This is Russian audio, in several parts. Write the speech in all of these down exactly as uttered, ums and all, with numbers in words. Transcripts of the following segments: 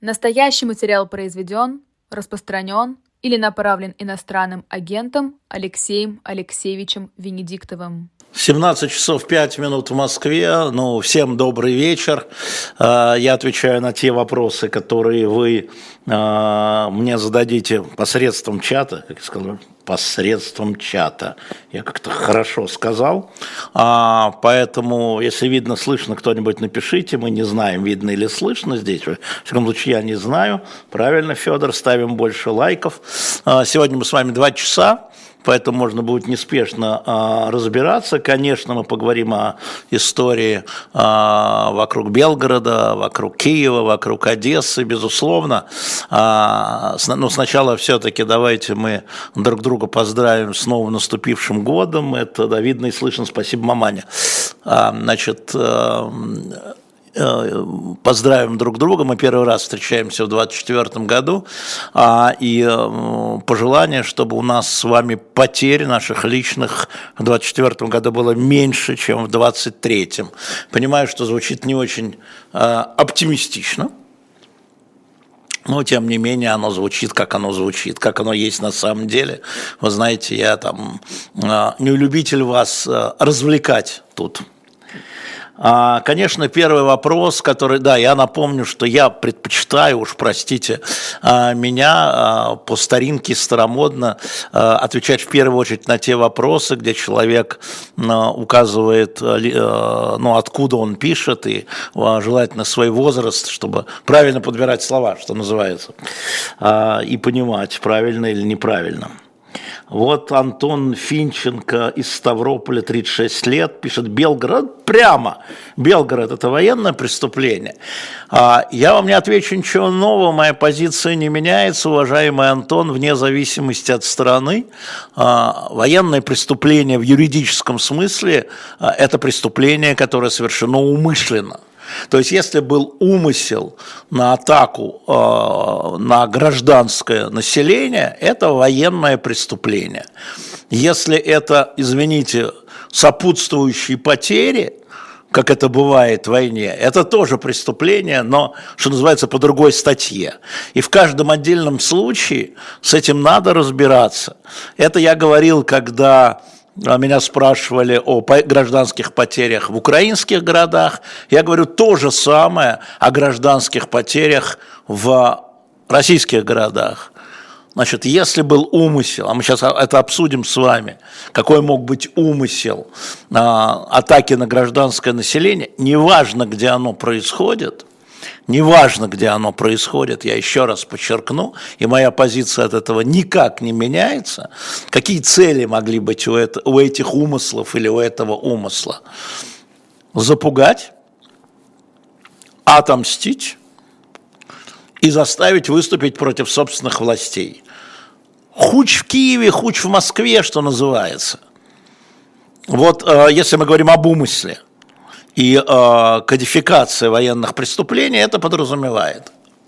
Настоящий материал произведен, распространен или направлен иностранным агентом Алексеем Алексеевичем Венедиктовым. семнадцать часов пять минут в Москве. Ну, всем добрый вечер. Я отвечаю на те вопросы, которые вы мне зададите посредством чата, как я сказал, посредством чата. Я как-то хорошо сказал. Поэтому, если видно, слышно кто-нибудь, напишите. Мы не знаем, видно или слышно здесь. В всяком случае, я не знаю. Правильно, Федор, ставим больше лайков. Сегодня мы с вами два часа. Поэтому можно будет неспешно а, разбираться. Конечно, мы поговорим о истории а, вокруг Белгорода, вокруг Киева, вокруг Одессы, безусловно. А, с, но сначала все-таки давайте мы друг друга поздравим с новым наступившим годом. Это да, видно и слышно. Спасибо, маманя. А, значит... А, Поздравим друг друга. Мы первый раз встречаемся в двадцать четвёртом году. И пожелание, чтобы у нас с вами потерь наших личных в двадцать четвёртом году было меньше, чем в двадцать третьем. Понимаю, что звучит не очень оптимистично. Но, тем не менее, оно звучит, как оно звучит, как оно есть на самом деле. Вы знаете, я там не любитель вас развлекать тут. Конечно, первый вопрос, который, да, я напомню, что я предпочитаю, уж простите меня, по старинке старомодно отвечать в первую очередь на те вопросы, где человек указывает, ну, откуда он пишет, и желательно свой возраст, чтобы правильно подбирать слова, что называется, и понимать, правильно или неправильно. Вот Антон Финченко из Ставрополя, тридцать шесть лет, пишет: Белгород, прямо, Белгород – это военное преступление. Я вам не отвечу ничего нового, моя позиция не меняется, уважаемый Антон, вне зависимости от страны. Военное преступление в юридическом смысле – это преступление, которое совершено умышленно. То есть, если был умысел на атаку э, на гражданское население, это военное преступление. Если это, извините, сопутствующие потери, как это бывает в войне, это тоже преступление, но, что называется, по другой статье. И в каждом отдельном случае с этим надо разбираться. Это я говорил, когда... Меня спрашивали о гражданских потерях в украинских городах. Я говорю то же самое о гражданских потерях в российских городах. Значит, если был умысел, а мы сейчас это обсудим с вами, какой мог быть умысел а, атаки на гражданское население, неважно, где оно происходит, неважно, где оно происходит, я еще раз подчеркну, и моя позиция от этого никак не меняется, какие цели могли быть у, это, у этих умыслов или у этого умысла? Запугать, отомстить и заставить выступить против собственных властей. Хуч в Киеве, хуч в Москве, что называется. Вот если мы говорим об умысле, и э, кодификация военных преступлений это подразумевает.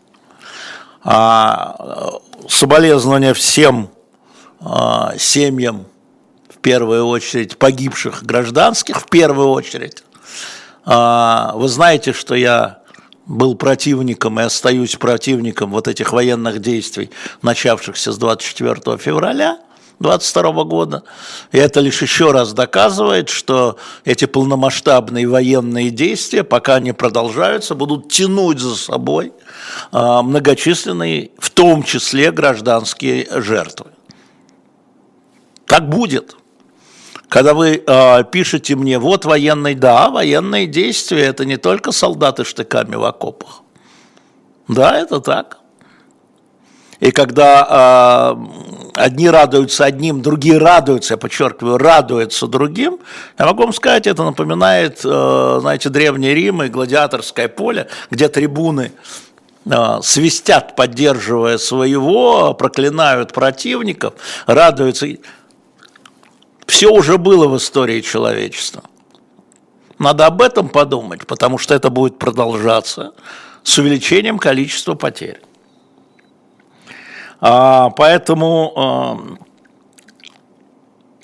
А, соболезнования всем э, семьям, в первую очередь, погибших гражданских, в первую очередь. А, вы знаете, что я был противником и остаюсь противником вот этих военных действий, начавшихся с двадцать четвёртого февраля. две тысячи двадцать второго года. И это лишь еще раз доказывает, что эти полномасштабные военные действия, пока они продолжаются, будут тянуть за собой многочисленные, в том числе гражданские жертвы. Так будет. Когда вы пишете мне, вот военные, да, военные действия, это не только солдаты штыками в окопах. Да, это так. И когда э, одни радуются одним, другие радуются, я подчеркиваю, радуются другим, я могу вам сказать, это напоминает, э, знаете, Древний Рим и гладиаторское поле, где трибуны э, свистят, поддерживая своего, проклинают противников, радуются. Все уже было в истории человечества. Надо об этом подумать, потому что это будет продолжаться с увеличением количества потерь. Поэтому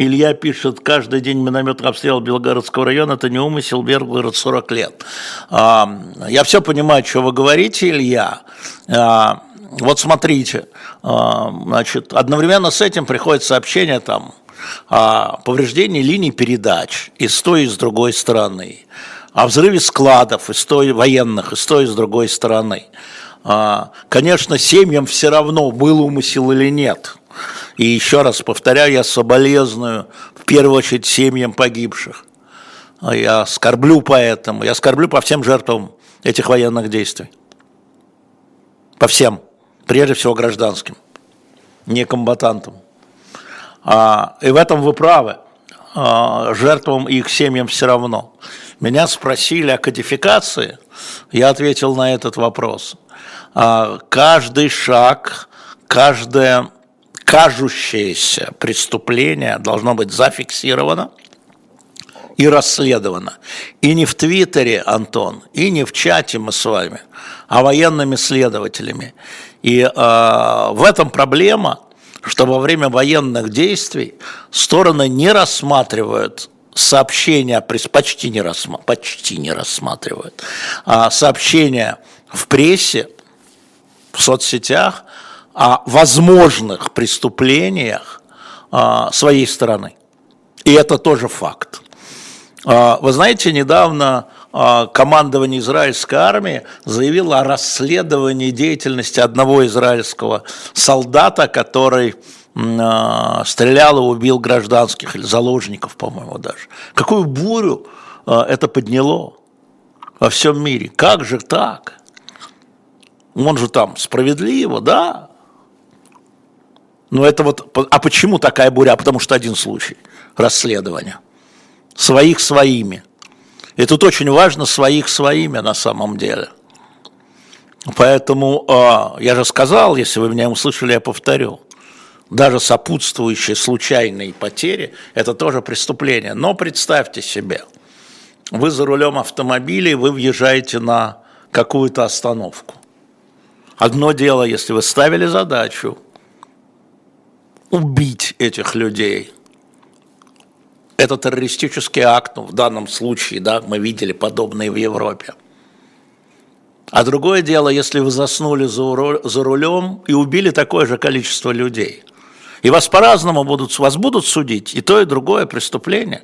Илья пишет, каждый день минометный обстрел Белгородского района – это не умысел, Белгород сорок лет. Я все понимаю, что вы говорите, Илья. Вот смотрите, значит, одновременно с этим приходит сообщение там о повреждении линий передач и с той, и с другой стороны, о взрыве складов и с той военных, и с той, и с другой стороны. Конечно, семьям все равно, был умысел или нет. И еще раз повторяю, я соболезную в первую очередь семьям погибших. Я скорблю по этому, я скорблю по всем жертвам этих военных действий. По всем, прежде всего гражданским, не комбатантам. И в этом вы правы, жертвам и их семьям все равно. Меня спросили о кодификации, я ответил на этот вопрос. Каждый шаг, каждое кажущееся преступление должно быть зафиксировано и расследовано. И не в Твиттере, Антон, и не в чате мы с вами, а военными следователями. И э, в этом проблема, что во время военных действий стороны не рассматривают сообщения, почти не, рассма, почти не рассматривают, а сообщения в прессе, в соцсетях о возможных преступлениях а, своей стороны. И это тоже факт. А, вы знаете, недавно а, командование израильской армии заявило о расследовании деятельности одного израильского солдата, который а, стрелял и убил гражданских, или заложников, по-моему, даже. Какую бурю а, это подняло во всем мире. Как же так? Он же там справедливо, да? Но это вот, а почему такая буря? Потому что один случай расследования. Своих своими. И тут очень важно своих своими на самом деле. Поэтому я же сказал, если вы меня услышали, я повторю. Даже сопутствующие случайные потери – это тоже преступление. Но представьте себе, вы за рулем автомобиля, вы въезжаете на какую-то остановку. Одно дело, если вы ставили задачу убить этих людей. Это террористический акт, ну, в данном случае, да, мы видели подобные в Европе. А другое дело, если вы заснули за рулем и убили такое же количество людей. И вас по-разному будут, вас будут судить, и то, и другое преступление.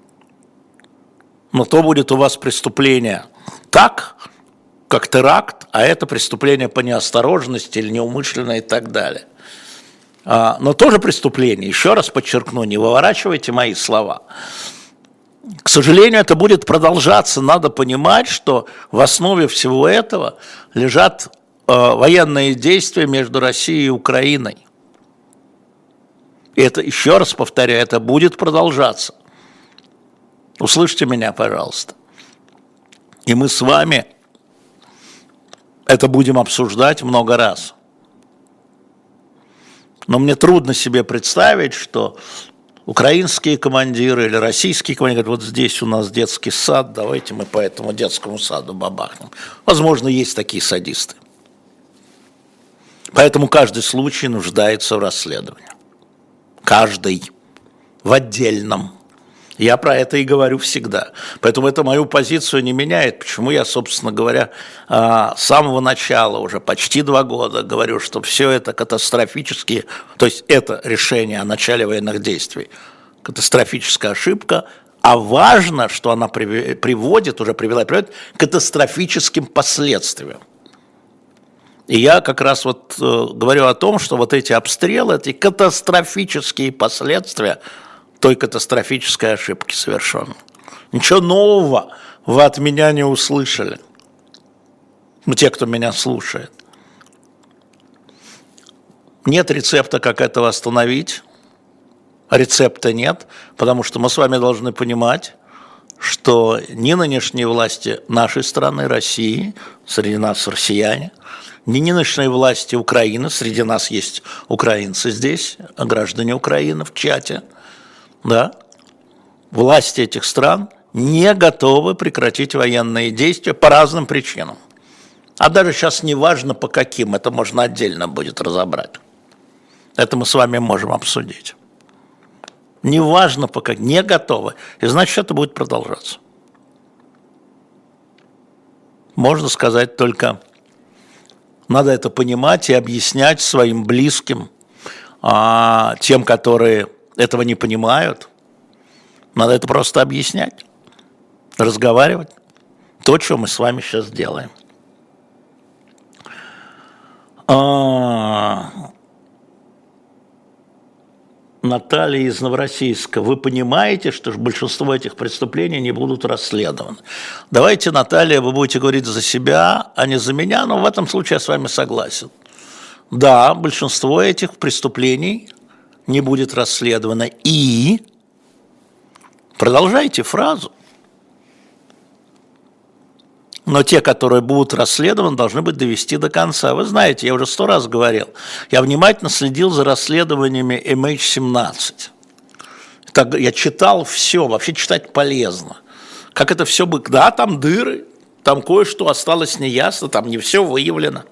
Но то будет у вас преступление так, как теракт, а это преступление по неосторожности или неумышленно и так далее. Но тоже преступление, еще раз подчеркну, не выворачивайте мои слова. К сожалению, это будет продолжаться. Надо понимать, что в основе всего этого лежат военные действия между Россией и Украиной. И это, еще раз повторяю, это будет продолжаться. Услышьте меня, пожалуйста. И мы с вами это будем обсуждать много раз. Но мне трудно себе представить, что украинские командиры или российские командиры говорят, вот здесь у нас детский сад, давайте мы по этому детскому саду бабахнем. Возможно, есть такие садисты. Поэтому каждый случай нуждается в расследовании. Каждый. В отдельном. Я про это и говорю всегда. Поэтому это мою позицию не меняет. Почему я, собственно говоря, с самого начала, уже почти два года, говорю, что все это катастрофические, то есть это решение о начале военных действий, катастрофическая ошибка, а важно, что она приводит, уже привела и приводит к катастрофическим последствиям. И я как раз вот говорю о том, что вот эти обстрелы, эти катастрофические последствия той катастрофической ошибки совершенно. Ничего нового вы от меня не услышали. Ну, те, кто меня слушает. Нет рецепта, как этого остановить. Рецепта нет, потому что мы с вами должны понимать, что ни нынешние власти нашей страны, России, среди нас россияне, ни нынешние власти Украины, среди нас есть украинцы здесь, граждане Украины в чате, да, власти этих стран не готовы прекратить военные действия по разным причинам. А даже сейчас не важно по каким, это можно отдельно будет разобрать. Это мы с вами можем обсудить. Неважно пока, не готовы. И значит, это будет продолжаться. Можно сказать только, надо это понимать и объяснять своим близким, а тем, которые этого не понимают, надо это просто объяснять, разговаривать. То, что мы с вами сейчас делаем. А... Наталья из Новороссийска, вы понимаете, что большинство этих преступлений не будут расследованы? Давайте, Наталья, вы будете говорить за себя, а не за меня, но в этом случае я с вами согласен. Да, большинство этих преступлений не будет расследовано. И продолжайте фразу. Но те, которые будут расследованы, должны быть довести до конца. Вы знаете, я уже сто раз говорил, я внимательно следил за расследованиями эм эйч семнадцать. Так, я читал все, вообще читать полезно. Как это все было. Да, там дыры, там кое-что осталось неясно, там не все выявлено.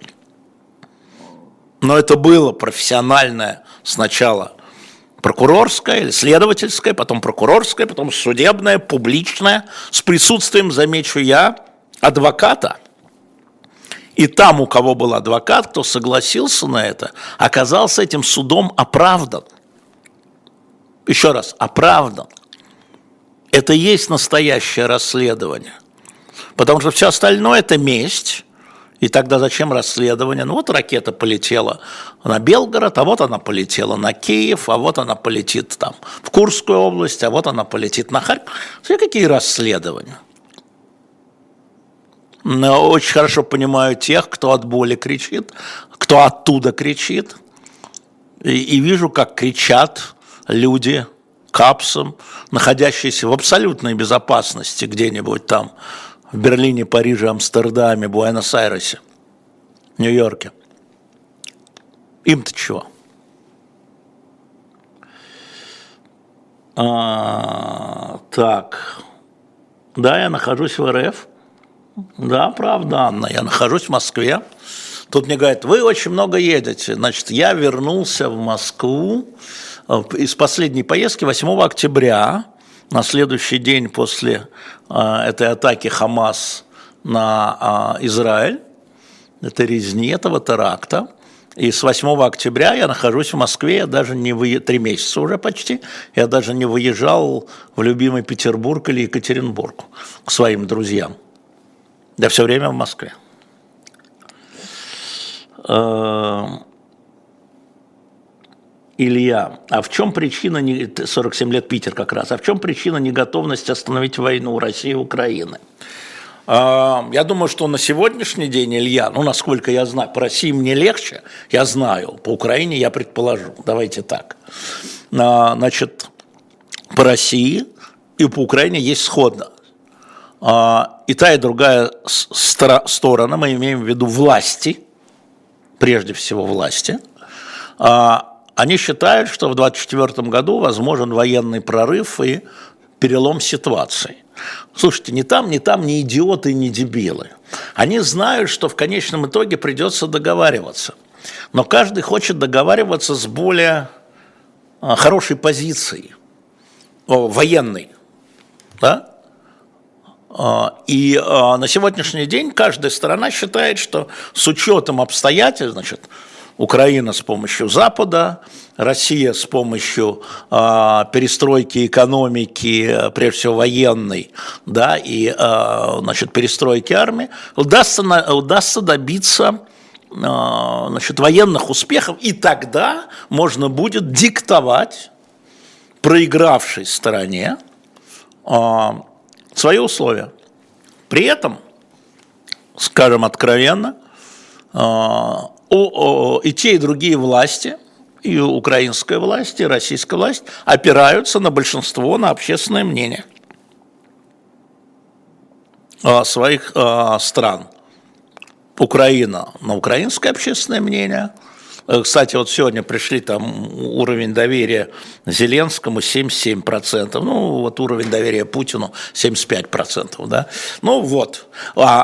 Но это было профессиональное сначала прокурорское или следовательское, потом прокурорское, потом судебное, публичное, с присутствием, замечу я, адвоката. И там, у кого был адвокат, кто согласился на это, оказался этим судом оправдан. Еще раз, оправдан. Это и есть настоящее расследование. Потому что все остальное – это месть. И тогда зачем расследование? Ну вот ракета полетела на Белгород, а вот она полетела на Киев, а вот она полетит там в Курскую область, а вот она полетит на Харьков. Все какие расследования? Но очень хорошо понимаю тех, кто от боли кричит, кто оттуда кричит. И, и вижу, как кричат люди капсом, находящиеся в абсолютной безопасности где-нибудь там, в Берлине, Париже, Амстердаме, Буэнос-Айресе, Нью-Йорке. Им-то чего? А, так. Да, я нахожусь в эр эф. Да, правда, Анна, я нахожусь в Москве. Тут мне говорят, вы очень много едете. Значит, я вернулся в Москву из последней поездки восьмого октября, на следующий день после а, этой атаки Хамас на а, Израиль, этой резни, этого теракта. И с восьмого октября я нахожусь в Москве, я даже не выезжал, три месяца уже почти, я даже не выезжал в любимый Петербург или Екатеринбург к своим друзьям. Я все время в Москве. Илья, а в чем причина, сорок семь лет Питер как раз, а в чем причина неготовности остановить войну России и Украины? Я думаю, что на сегодняшний день, Илья, ну, насколько я знаю, по России мне легче, я знаю, по Украине я предположу, давайте так. Значит, по России и по Украине есть сходно. И та, и другая сторона, мы имеем в виду власти, прежде всего власти, они считают, что в двадцать четвёртом году возможен военный прорыв и перелом ситуации. Слушайте, ни там, ни там не идиоты, не дебилы. Они знают, что в конечном итоге придется договариваться. Но каждый хочет договариваться с более хорошей позицией, военной. Да? И на сегодняшний день каждая сторона считает, что с учетом обстоятельств, значит, Украина с помощью Запада, Россия с помощью э, перестройки экономики, прежде всего военной, да, и э, значит, перестройки армии, удастся, удастся добиться э, значит, военных успехов, и тогда можно будет диктовать проигравшей стороне э, свои условия. При этом, скажем откровенно, э, и те, и другие власти, и украинская власть, и российская власть опираются на большинство, на общественное мнение своих стран. Украина на украинское общественное мнение. Кстати, вот сегодня пришли там уровень доверия Зеленскому семьдесят семь процентов, ну вот уровень доверия Путину семьдесят пять процентов, да. Ну вот,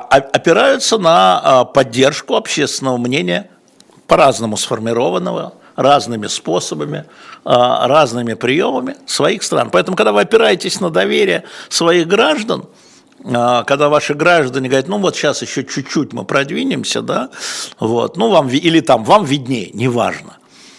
опираются на поддержку общественного мнения, по-разному сформированного, разными способами, разными приемами своих стран. Поэтому, когда вы опираетесь на доверие своих граждан, когда ваши граждане говорят, ну вот сейчас еще чуть-чуть мы продвинемся, да, вот, ну вам, или там вам виднее, неважно,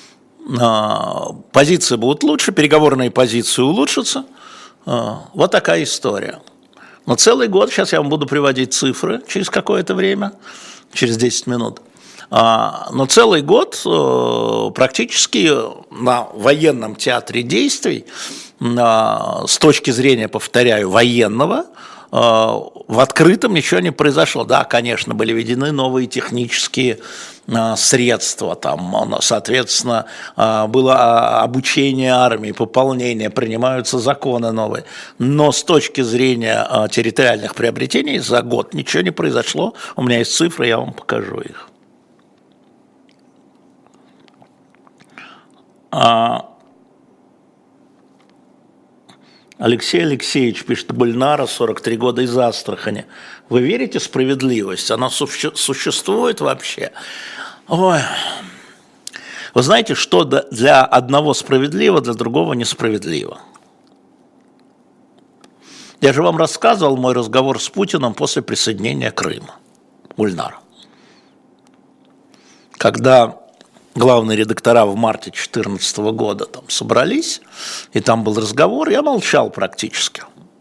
позиции будут лучше, переговорные позиции улучшатся, вот такая история. Но целый год, сейчас я вам буду приводить цифры через какое-то время, через десять минут, но целый год практически на военном театре действий, с точки зрения, повторяю, военного, в открытом ничего не произошло. Да, конечно, были введены новые технические средства, там, соответственно, было обучение армии, пополнение, принимаются законы новые. Но с точки зрения территориальных приобретений за год ничего не произошло. У меня есть цифры, я вам покажу их. Алексей Алексеевич пишет, Бульнара, сорок три года, из Астрахани. Вы верите в справедливость? Она существует вообще? Ой. Вы знаете, что для одного справедливо, для другого несправедливо? Я же вам рассказывал мой разговор с Путиным после присоединения Крыма, Бульнара. Когда главные редактора в марте две тысячи четырнадцатого года там собрались, и там был разговор, я молчал практически.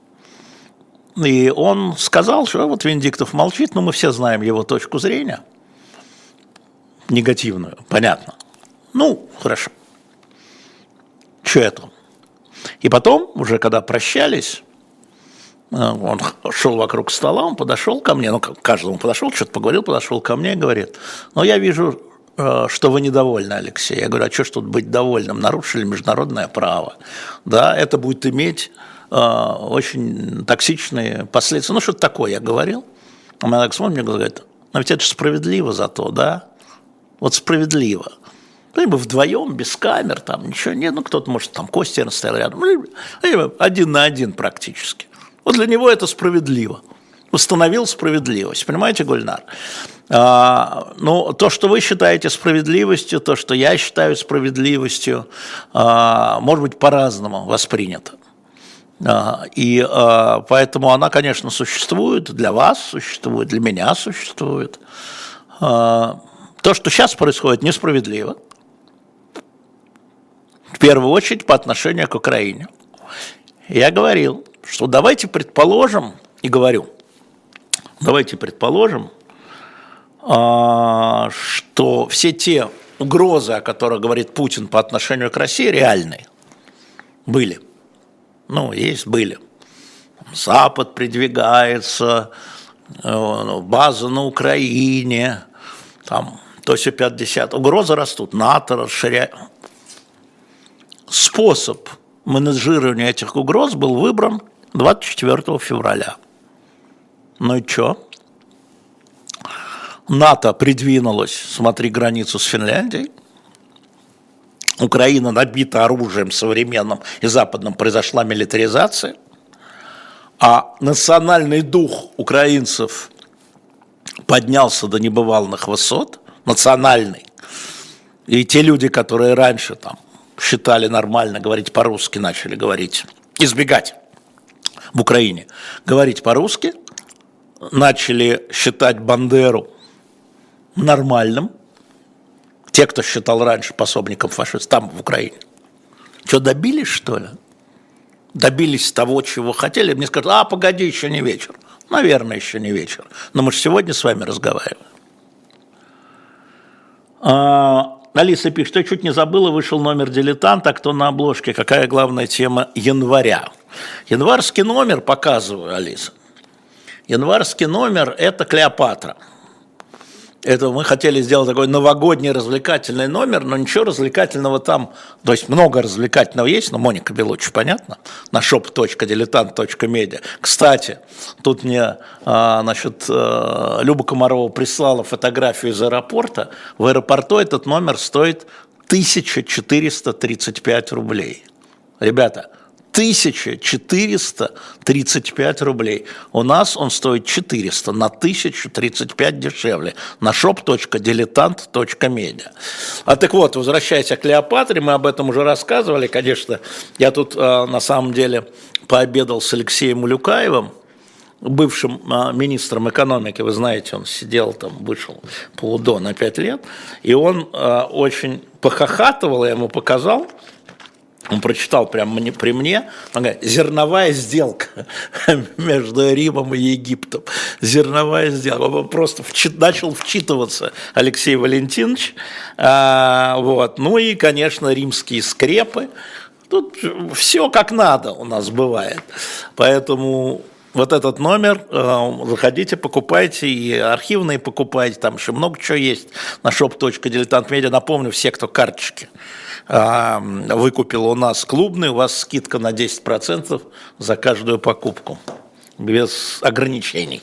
И он сказал, что вот Венедиктов молчит, но мы все знаем его точку зрения, негативную, понятно. Ну, хорошо. Что это? И потом, уже когда прощались, он шел вокруг стола, он подошел ко мне, ну, каждому подошел, что-то поговорил, подошел ко мне и говорит, ну, я вижу, что вы недовольны, Алексей. Я говорю, а что ж тут быть довольным? Нарушили международное право. Да, это будет иметь э, очень токсичные последствия. Ну, что-то такое я говорил. Он меня так смотрит, мне говорит, но ведь это же справедливо зато, да? Вот справедливо. Либо вдвоем, без камер, там ничего нет. Ну, кто-то, может, там Костя стоял рядом. Либо один на один практически. Вот для него это справедливо. Установил справедливость. Понимаете, Гульнар? А, ну, то, что вы считаете справедливостью, то, что я считаю справедливостью, а, может быть по-разному воспринято. А, и а, поэтому она, конечно, существует, для вас существует, для меня существует. А, то, что сейчас происходит, несправедливо. В первую очередь по отношению к Украине. Я говорил, что давайте предположим, и говорю, давайте предположим, что все те угрозы, о которых говорит Путин по отношению к России, реальные. Были. Ну, есть, были. Запад придвигается, база на Украине, там, то все пятьдесят. Угрозы растут, НАТО расширяет. Способ менеджирования этих угроз был выбран двадцать четвёртого февраля. Ну и что? НАТО придвинулось, смотри, границу с Финляндией. Украина набита оружием современным и западным, произошла милитаризация. А национальный дух украинцев поднялся до небывалых высот, национальный. И те люди, которые раньше там считали нормально говорить по-русски, начали говорить, избегать в Украине, говорить по-русски, начали считать Бандеру нормальным, те, кто считал раньше пособником фашистов, там, в Украине. Что, добились, что ли? Добились того, чего хотели? Мне скажут, а, погоди, еще не вечер. Наверное, еще не вечер. Но мы же сегодня с вами разговариваем. А, Алиса пишет, что чуть не забыла, вышел номер «Дилетанта», кто на обложке, какая главная тема января. Январский номер, показываю, Алиса. Январский номер – это Клеопатра. Это мы хотели сделать такой новогодний развлекательный номер, но ничего развлекательного там, то есть много развлекательного есть, но Моника Белуччи, понятно, на шоп точка дилетант точка медиа. Кстати, тут мне а, значит, а, Люба Комарова прислала фотографию из аэропорта. В аэропорту этот номер стоит тысяча четыреста тридцать пять рублей. Ребята, тысяча четыреста тридцать пять рублей. У нас он стоит четыреста, на тысячу тридцать пять дешевле. На shop точка diletant точка media. А так вот, возвращаясь к Клеопатре, мы об этом уже рассказывали. Конечно, я тут э, на самом деле пообедал с Алексеем Улюкаевым, бывшим э, министром экономики. Вы знаете, он сидел там, вышел по УДО на пять лет. И он э, очень похохатывал, я ему показал. Он прочитал прямо при мне, он говорит, зерновая сделка между Римом и Египтом. Зерновая сделка. Он просто вчит, начал вчитываться, Алексей Валентинович. А, вот. Ну и, конечно, римские скрепы. Тут все как надо у нас бывает. Поэтому вот этот номер, заходите, покупайте, и архивные покупайте, там еще много чего есть на shop точка diletant media. Напомню, все, кто карточки выкупил у нас клубный, у вас скидка на десять процентов за каждую покупку, без ограничений.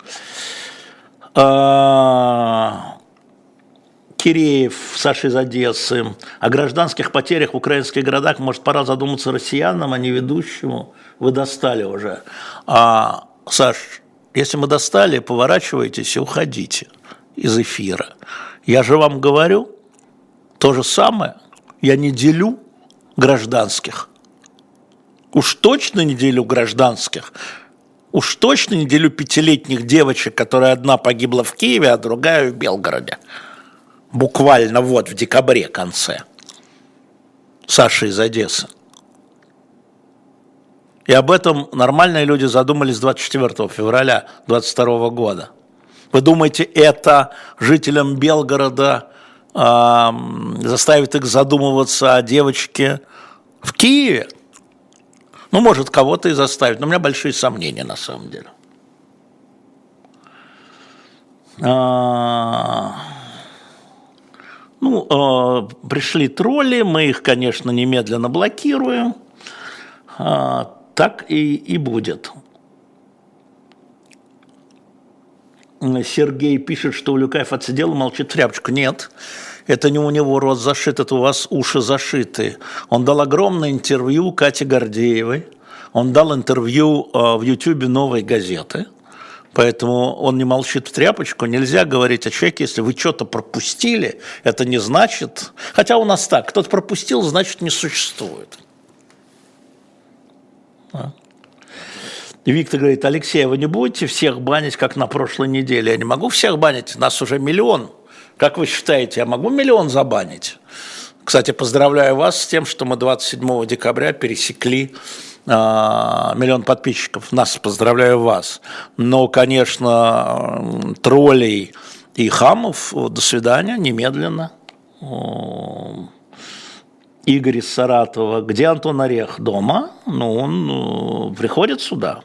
Киреев, Саша из Одессы. О гражданских потерях в украинских городах, может, пора задуматься россиянам, а не ведущему. Вы достали уже. А, Саш, если мы достали, поворачивайтесь и уходите из эфира. Я же вам говорю то же самое. Я не делю гражданских. Уж точно не делю гражданских. Уж точно не делю пятилетних девочек, которая одна погибла в Киеве, а другая в Белгороде. Буквально вот в декабре конце. Саша из Одессы. И об этом нормальные люди задумались двадцать четвёртого февраля двадцать второго года. Вы думаете, это жителям Белгорода э, заставит их задумываться о девочке в Киеве? Ну, может, кого-то и заставит, но у меня большие сомнения на самом деле. А... Ну, э, пришли тролли, мы их, конечно, немедленно блокируем. Э, так и, и будет. Сергей пишет, что Улюкаев отсидел и молчит в тряпочку. Нет, это не у него рот зашит, это у вас уши зашиты. Он дал огромное интервью Кате Гордеевой, он дал интервью э, в Ютьюбе «Новой газеты». Поэтому он не молчит в тряпочку. Нельзя говорить о человеке, если вы что-то пропустили, это не значит... Хотя у нас так, кто-то пропустил, значит, не существует. А? И Виктор говорит, Алексей, вы не будете всех банить, как на прошлой неделе? Я не могу всех банить, нас уже миллион. Как вы считаете, я могу миллион забанить? Кстати, поздравляю вас с тем, что мы двадцать седьмого декабря пересекли миллион подписчиков. Нас, поздравляю вас. Но, конечно, троллей и хамов до свидания, немедленно. Игорь из Саратова. Где Антон Орех? Дома. Ну, он приходит сюда.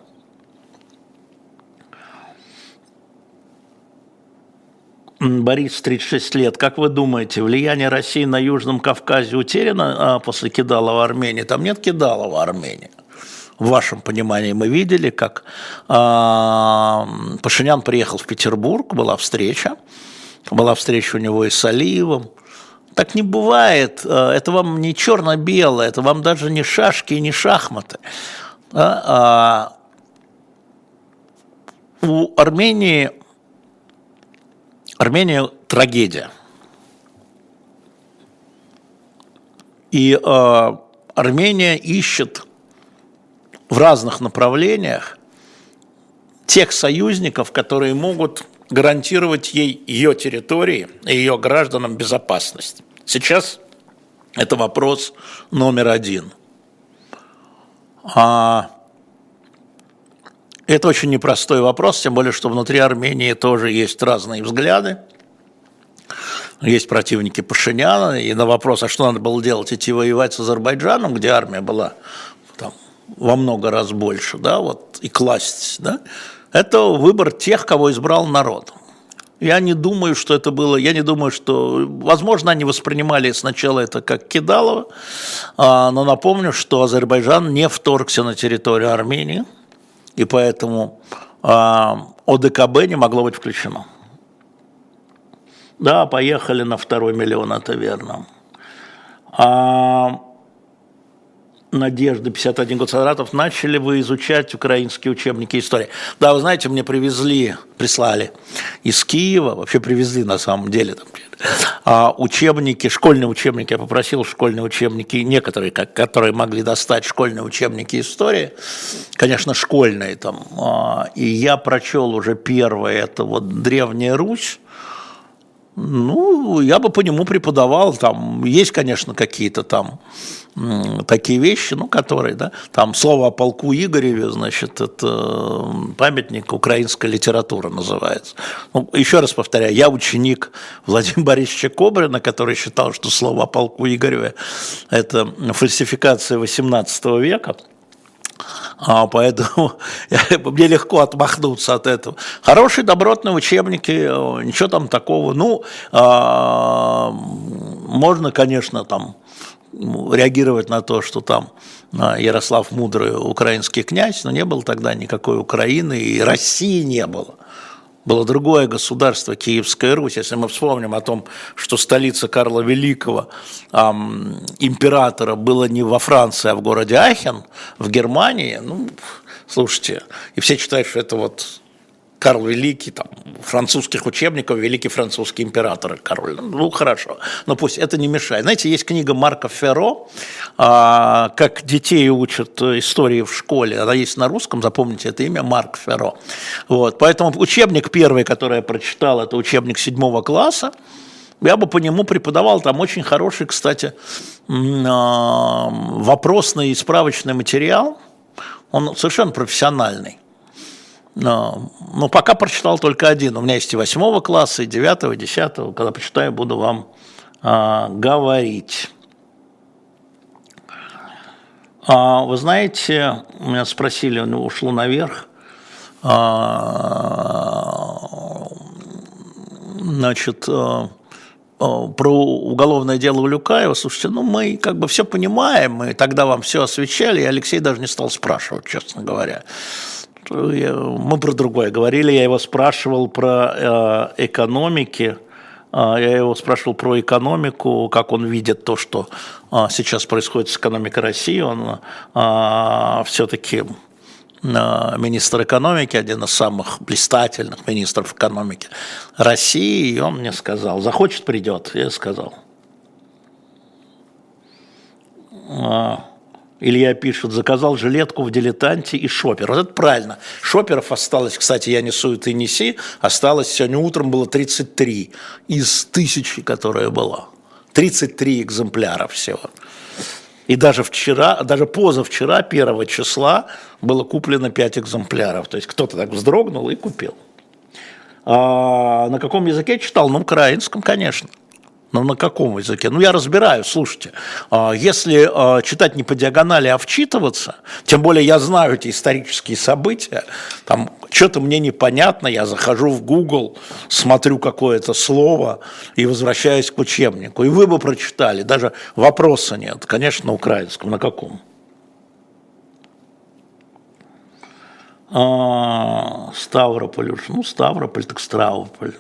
Борис, тридцать шесть лет. Как вы думаете, влияние России на Южном Кавказе утеряно а, после Кидалова Армении? Там нет Кидалова Армении. В вашем понимании мы видели, как э, Пашинян приехал в Петербург, была встреча, была встреча у него и с Алиевым. Так не бывает, это вам не черно-белое, это вам даже не шашки и не шахматы. А, а, у Армении, Армения трагедия. И а, Армения ищет в разных направлениях тех союзников, которые могут гарантировать ей ее территории и ее гражданам безопасность. Сейчас это вопрос номер один. А это очень непростой вопрос, тем более, что внутри Армении тоже есть разные взгляды. Есть противники Пашиняна, и на вопрос, а что надо было делать, идти воевать с Азербайджаном, где армия была там во много раз больше, да, вот, и класть, да, это выбор тех, кого избрал народ. Я не думаю, что это было, я не думаю, что, возможно, они воспринимали сначала это как Кидалово, но напомню, что Азербайджан не вторгся на территорию Армении, и поэтому ОДКБ не могло быть включено. Да, поехали на второй миллион, это верно. Надежда, пятьдесят один год Саратов. Начали вы изучать украинские учебники истории? Да, вы знаете, мне привезли, прислали из Киева, вообще привезли на самом деле, там, а, учебники, школьные учебники, я попросил школьные учебники, некоторые, как, которые могли достать школьные учебники истории, конечно, школьные там, а, и я прочел уже первое, это вот «Древняя Русь». Ну, я бы по нему преподавал, там есть, конечно, какие-то там м, такие вещи, ну, которые, да, там слово о полку Игореве, значит, это памятник украинской литературы называется. Ну, еще раз повторяю, я ученик Владимира Борисовича Кобрина, который считал, что слово о полку Игореве – это фальсификация восемнадцатого века. А, поэтому мне легко отмахнуться от этого. Хорошие добротные учебники, ничего там такого. Ну, а, можно, конечно, там реагировать на то, что там Ярослав Мудрый украинский князь, но не было тогда никакой Украины, и России не было. Было другое государство, Киевская Русь. Если мы вспомним о том, что столица Карла Великого, эм, императора, была не во Франции, а в городе Ахен, в Германии, ну, слушайте, и все считают, что это вот Карл Великий, там, французских учебников, великий французский император, король. Ну, хорошо, но пусть это не мешает. Знаете, есть книга Марка Ферро, а, «Как детей учат истории в школе». Она есть на русском, запомните это имя, Марк Ферро. Вот, поэтому учебник первый, который я прочитал, это учебник седьмого класса. Я бы по нему преподавал, там очень хороший, кстати, вопросный и справочный материал. Он совершенно профессиональный. Но, но пока прочитал только один. У меня есть и восьмого класса, и девятого, и десятого. Когда почитаю, буду вам а, говорить. А, вы знаете, меня спросили, ну, ушло наверх. А, значит, а, про уголовное дело Улюкаева. Слушайте, ну мы как бы все понимаем, мы тогда вам все освещали, и Алексей даже не стал спрашивать, честно говоря. Мы про другое говорили, я его спрашивал про э, экономики, э, я его спрашивал про экономику, как он видит то, что э, сейчас происходит с экономикой России, он э, все-таки э, министр экономики, один из самых блистательных министров экономики России, и он мне сказал, захочет, придет, я сказал. Илья пишет, заказал жилетку в «Дилетанте» и шопер. Вот это правильно. Шоперов осталось, кстати, я несу это и неси, осталось сегодня утром было тридцать три из тысячи, которая была. тридцать три экземпляра всего. И даже вчера, даже позавчера, первого числа, было куплено пять экземпляров. То есть кто-то так вздрогнул и купил. А на каком языке читал? На украинском, конечно. Ну, на каком языке? Ну, я разбираю, слушайте, если читать не по диагонали, а вчитываться, тем более я знаю эти исторические события, там что-то мне непонятно, я захожу в Google, смотрю какое-то слово и возвращаюсь к учебнику. И вы бы прочитали, даже вопроса нет, конечно, на украинском, на каком? А, Ставрополь, ну, Ставрополь, так Ставрополь.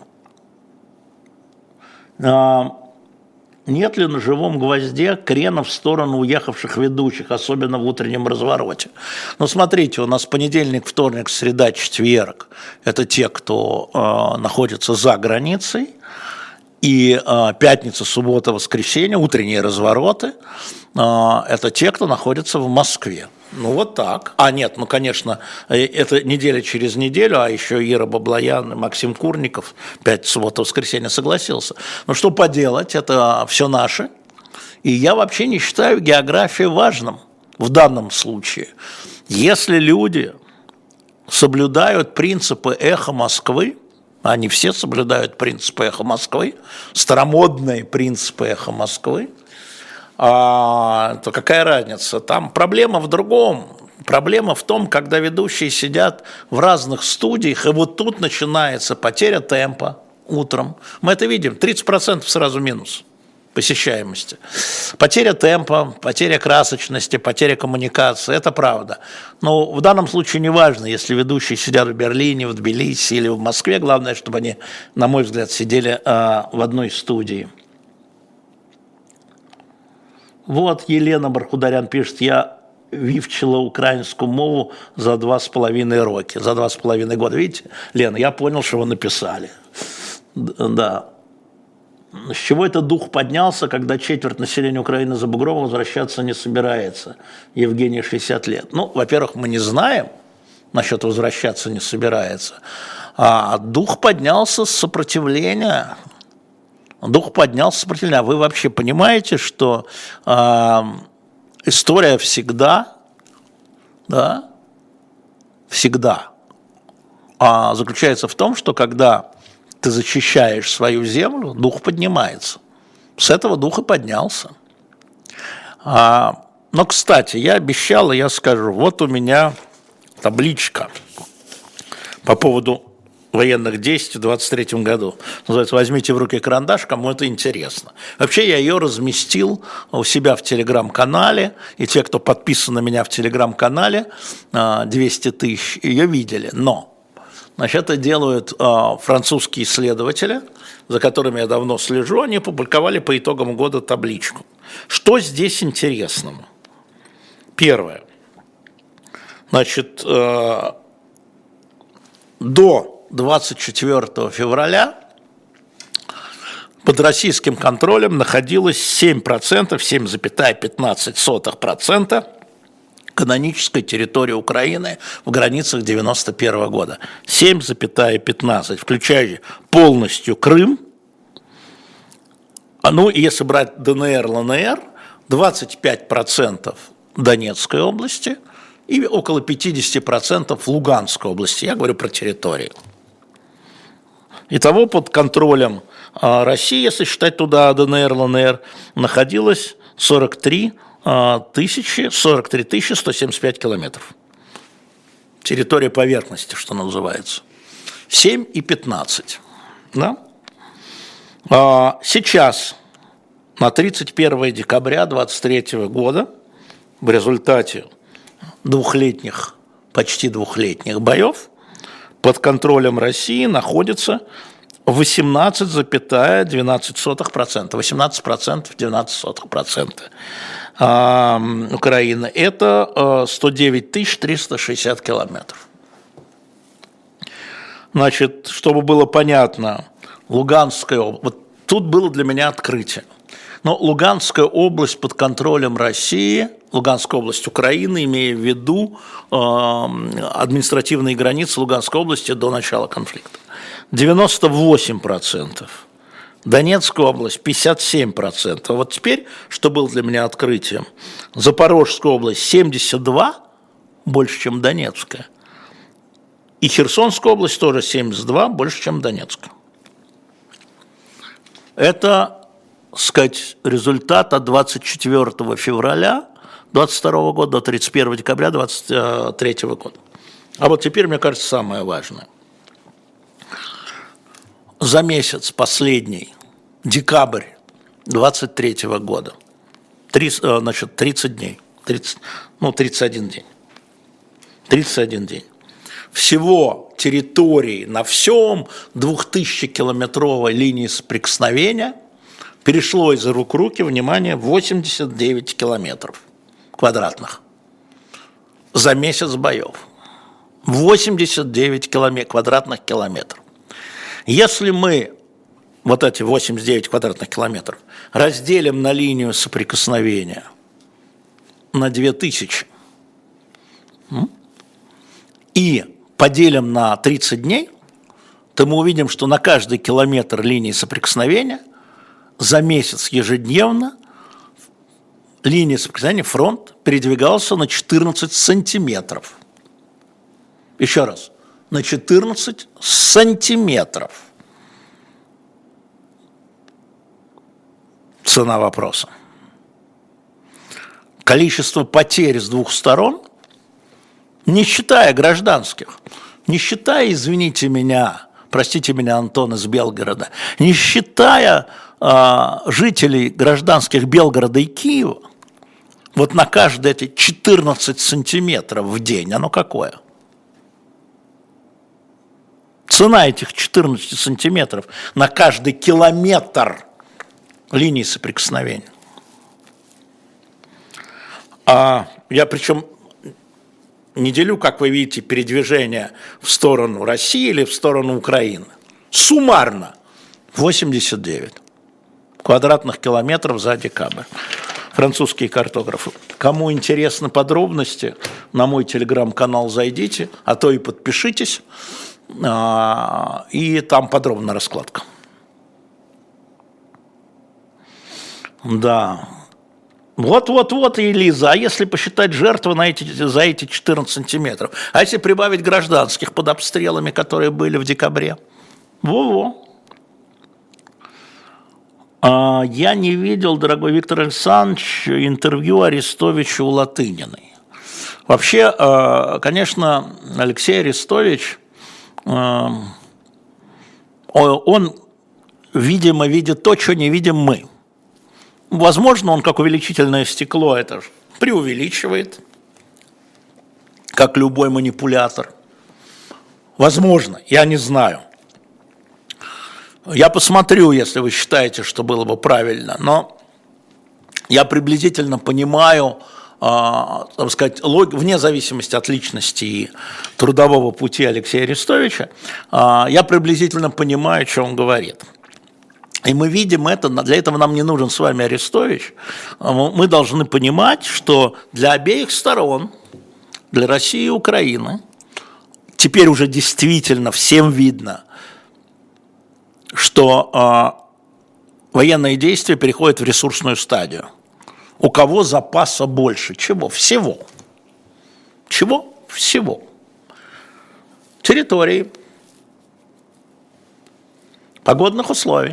Нет ли на живом гвозде крена в сторону уехавших ведущих, особенно в утреннем развороте? Ну, смотрите, у нас понедельник, вторник, среда, четверг – это те, кто э, находится за границей, и э, пятница, суббота, воскресенье, утренние развороты э, – это те, кто находится в Москве. Ну, вот так. А, нет, ну, конечно, это неделя через неделю, а еще Ира Баблоян и Максим Курников, пять суббота, воскресенье согласился. Ну, что поделать, это все наше. И я вообще не считаю географию важным в данном случае. Если люди соблюдают принципы эхо Москвы, они все соблюдают принципы эхо Москвы, старомодные принципы эхо Москвы, А, то какая разница? Там проблема в другом. Проблема в том, когда ведущие сидят в разных студиях, и вот тут начинается потеря темпа утром. Мы это видим, тридцать процентов сразу минус посещаемости. Потеря темпа, потеря красочности, потеря коммуникации, это правда. Но в данном случае не важно, если ведущие сидят в Берлине, в Тбилиси или в Москве, главное, чтобы они, на мой взгляд, сидели а, в одной студии. Вот Елена Бархударян пишет, я вивчила украинскую мову за два с половиной роки, за два с половиной года. Видите, Лена, я понял, что вы написали. Да. С чего этот дух поднялся, когда четверть населения Украины за бугром возвращаться не собирается? Евгений, шестьдесят лет. Ну, во-первых, мы не знаем, насчет возвращаться не собирается. А дух поднялся с сопротивления. Дух поднялся с сопротивления. А вы вообще понимаете, что э, история всегда, да, всегда а заключается в том, что когда ты защищаешь свою землю, дух поднимается. С этого дух и поднялся. А, но, кстати, я обещал, и я скажу, вот у меня табличка по поводу военных действий в двадцать третьем году. Называется «Возьмите в руки карандаш, кому это интересно». Вообще я ее разместил у себя в телеграм-канале, и те, кто подписан на меня в телеграм-канале, двести тысяч, ее видели. Но, значит, это делают французские исследователи, за которыми я давно слежу, они опубликовали по итогам года табличку. Что здесь интересного? Первое. Значит, до двадцать четвёртого февраля под российским контролем находилось семь процентов, семь целых пятнадцать сотых процента канонической территории Украины в границах девяносто первого года. семь целых пятнадцать, включая полностью Крым. Ну, и если брать ДНР, ЛНР, двадцать пять процентов Донецкой области и около пятьдесят процентов Луганской области. Я говорю про территорию. Итого под контролем России, если считать туда ДНР, ЛНР, находилось сорок три тысячи сто семьдесят пять километров. Территория поверхности, что называется. семь и пятнадцать. Да? Сейчас, на тридцать первое декабря две тысячи двадцать третьего года, в результате двухлетних, почти двухлетних боев, под контролем России находится восемнадцать целых двенадцать сотых процента. восемнадцать процентов двенадцать сотых процента Украины. Это сто девять тысяч триста шестьдесят километров. Значит, чтобы было понятно, Луганская область, вот тут было для меня открытие. Но Луганская область под контролем России, Луганская область Украины, имея в виду э, административные границы Луганской области до начала конфликта, девяносто восемь процентов. Донецкая область пятьдесят семь процентов. Вот теперь, что было для меня открытием, Запорожская область семьдесят два процента, больше, чем Донецкая. И Херсонская область тоже семьдесят два процента, больше, чем Донецкая. Это, сказать, результат от двадцать четвёртого февраля двадцать второго года до тридцать первого декабря двадцать третьего года. А вот теперь, мне кажется, самое важное. За месяц последний, декабрь двадцать третьего года, тридцать, значит, тридцать дней, тридцать, ну, тридцать один день, тридцать один день. Всего территории на всем двухтысячекилометровой линии соприкосновения перешло из рук в руки, внимание, восемьдесят девять километров квадратных за месяц боев. восемьдесят девять квадратных километров. Если мы вот эти восемьдесят девять квадратных километров разделим на линию соприкосновения на две тысячи и поделим на тридцать дней, то мы увидим, что на каждый километр линии соприкосновения за месяц ежедневно линия соприкосновения, фронт, передвигался на четырнадцать сантиметров. Еще раз, на четырнадцать сантиметров. Цена вопроса. Количество потерь с двух сторон, не считая гражданских, не считая, извините меня, простите меня, Антон из Белгорода, не считая э, жителей гражданских Белгорода и Киева, вот на каждые эти четырнадцать сантиметров в день, оно какое? Цена этих четырнадцати сантиметров на каждый километр линии соприкосновения. А я причем не делю, как вы видите, передвижение в сторону России или в сторону Украины. Суммарно восемьдесят девять квадратных километров за декабрь. Французские картографы. Кому интересны подробности, на мой телеграм-канал зайдите, а то и подпишитесь, и там подробная раскладка. Да. Вот-вот-вот, Элиза, а если посчитать жертвы на эти, за эти четырнадцать сантиметров? А если прибавить гражданских под обстрелами, которые были в декабре? Во-во. А, я не видел, дорогой Виктор Александрович, интервью Арестовича у Латыниной. Вообще, конечно, Алексей Арестович, он, видимо, видит то, что не видим мы. Возможно, он, как увеличительное стекло, это преувеличивает, как любой манипулятор. Возможно, я не знаю. Я посмотрю, если вы считаете, что было бы правильно, но я приблизительно понимаю, э, так сказать, лог... вне зависимости от личности и трудового пути Алексея Арестовича, э, я приблизительно понимаю, что он говорит. И мы видим это, для этого нам не нужен с вами Арестович, мы должны понимать, что для обеих сторон, для России и Украины, теперь уже действительно всем видно, что э, военные действия переходят в ресурсную стадию. У кого запаса больше? Чего? Всего. Чего? Всего. Территории, погодных условий,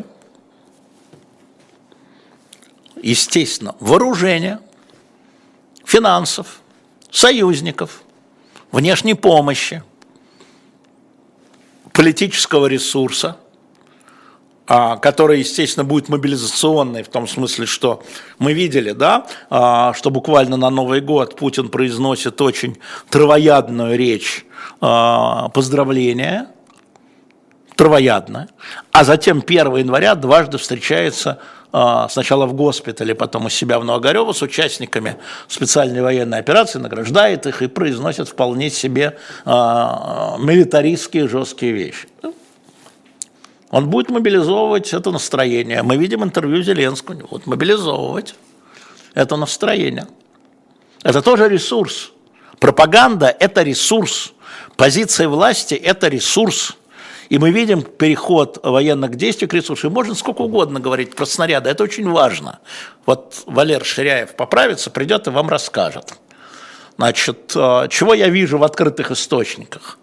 естественно, вооружения, финансов, союзников, внешней помощи, политического ресурса, который, естественно, будет мобилизационный, в том смысле, что мы видели, да, что буквально на Новый год Путин произносит очень травоядную речь поздравления, травоядная, а затем первого января дважды встречается сначала в госпитале, потом у себя в Новогорёво с участниками специальной военной операции, награждает их и произносит вполне себе милитаристские жесткие вещи. Он будет мобилизовывать это настроение. Мы видим интервью Зеленского. Вот мобилизовывать это настроение. Это тоже ресурс. Пропаганда – это ресурс. Позиция власти – это ресурс. И мы видим переход военных действий к ресурсу. И можно сколько угодно говорить про снаряды. Это очень важно. Вот Валер Ширяев поправится, придет и вам расскажет. Значит, чего я вижу в открытых источниках?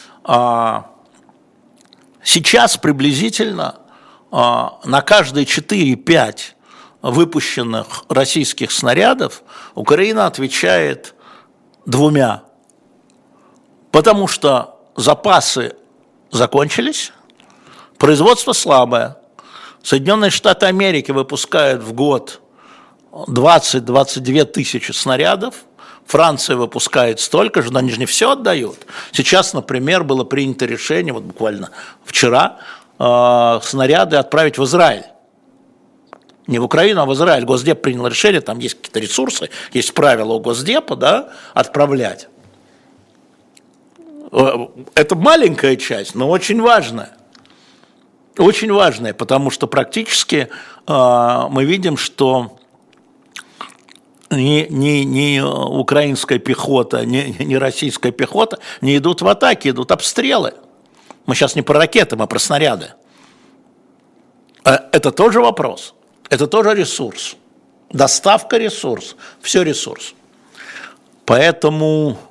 Сейчас приблизительно на каждые четыре-пять выпущенных российских снарядов Украина отвечает двумя, потому что запасы закончились, производство слабое. Соединенные Штаты Америки выпускают в год двадцать-двадцать две тысячи снарядов, Франция выпускает столько же, но они же не все отдают. Сейчас, например, было принято решение, вот буквально вчера, э, снаряды отправить в Израиль. Не в Украину, а в Израиль. Госдеп принял решение, там есть какие-то ресурсы, есть правила у Госдепа, да, отправлять. Это маленькая часть, но очень важная. Очень важная, потому что практически э, мы видим, что Ни, ни, ни украинская пехота, ни, ни российская пехота не идут в атаки, идут обстрелы. Мы сейчас не про ракеты, мы про снаряды. Это тоже вопрос, это тоже ресурс. Доставка ресурс, все ресурс. Поэтому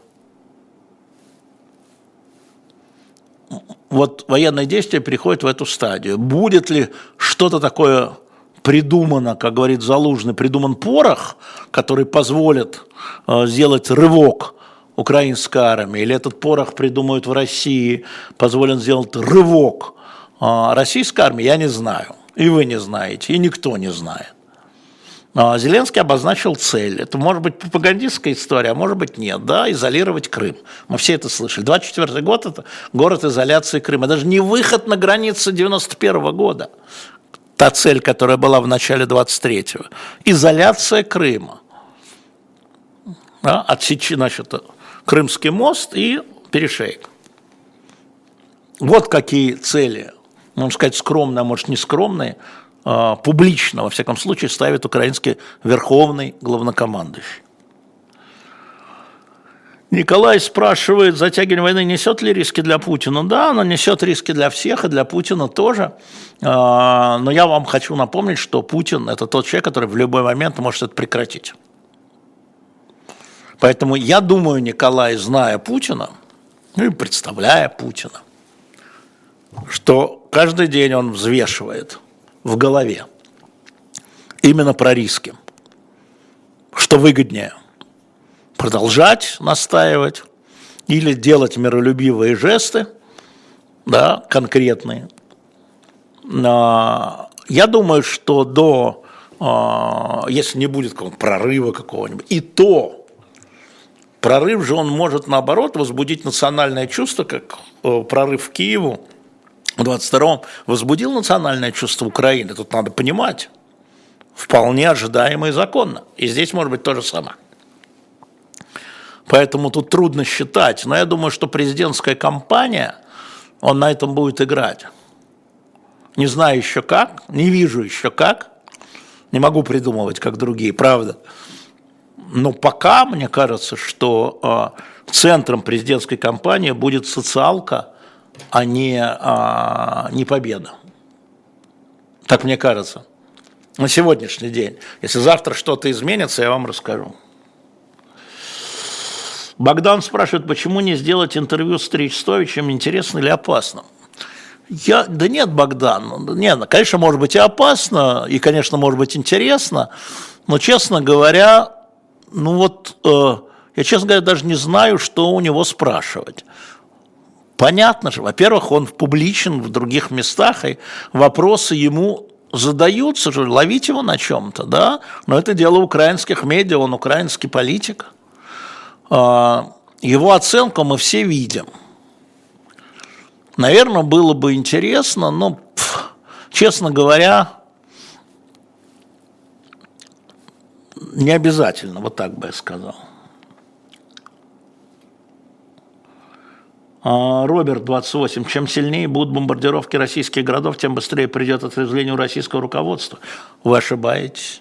вот военные действия переходят в эту стадию. Будет ли что-то такое придумано, как говорит Залужный, придуман порох, который позволит э, сделать рывок украинской армии, или этот порох придумают в России, позволен сделать рывок э, российской армии, я не знаю. И вы не знаете, и никто не знает. А Зеленский обозначил цель. Это может быть пропагандистская история, а может быть нет. Да, изолировать Крым. Мы все это слышали. двадцать четвёртый год – это город изоляции Крыма. Даже не выход на границы девяносто первого года. Та цель, которая была в начале двадцать третьего. Изоляция Крыма. да, отсечь, значит, Крымский мост и перешейк. Вот какие цели, можно сказать, скромные, а может не скромные, публично, во всяком случае, ставит украинский верховный главнокомандующий. Николай спрашивает, затягивание войны несет ли риски для Путина? Да, оно несет риски для всех, и для Путина тоже. Но я вам хочу напомнить, что Путин – это тот человек, который в любой момент может это прекратить. Поэтому я думаю, Николай, зная Путина, ну и представляя Путина, что каждый день он взвешивает в голове именно про риски. Что выгоднее? Продолжать настаивать или делать миролюбивые жесты, да, конкретные. Я думаю, что до, если не будет какого-то прорыва какого-нибудь, и то прорыв же он может, наоборот, возбудить национальное чувство, как прорыв к Киеву в двадцать втором возбудил национальное чувство Украины. Тут надо понимать, вполне ожидаемо и законно. И здесь может быть то же самое. Поэтому тут трудно считать. Но я думаю, что президентская кампания, он на этом будет играть. Не знаю еще как, не вижу еще как. Не могу придумывать, как другие, правда. Но пока мне кажется, что э, центром президентской кампании будет социалка, а не, а, не победа. Так мне кажется. На сегодняшний день. Если завтра что-то изменится, я вам расскажу. Богдан спрашивает, почему не сделать интервью с Арестовичем, интересно или опасно? Я, да нет, Богдан, нет, конечно, может быть и опасно, и, конечно, может быть интересно, но, честно говоря, ну вот, э, я, честно говоря, даже не знаю, что у него спрашивать. Понятно же, во-первых, он публичен в других местах, и вопросы ему задаются, же, ловить его на чем-то, да, но это дело украинских медиа, он украинский политик. Его оценку мы все видим. Наверное, было бы интересно, но, пф, честно говоря, не обязательно, вот так бы я сказал. Роберт, двадцать восемь. Чем сильнее будут бомбардировки российских городов, тем быстрее придет отрезвление у российского руководства. Вы ошибаетесь.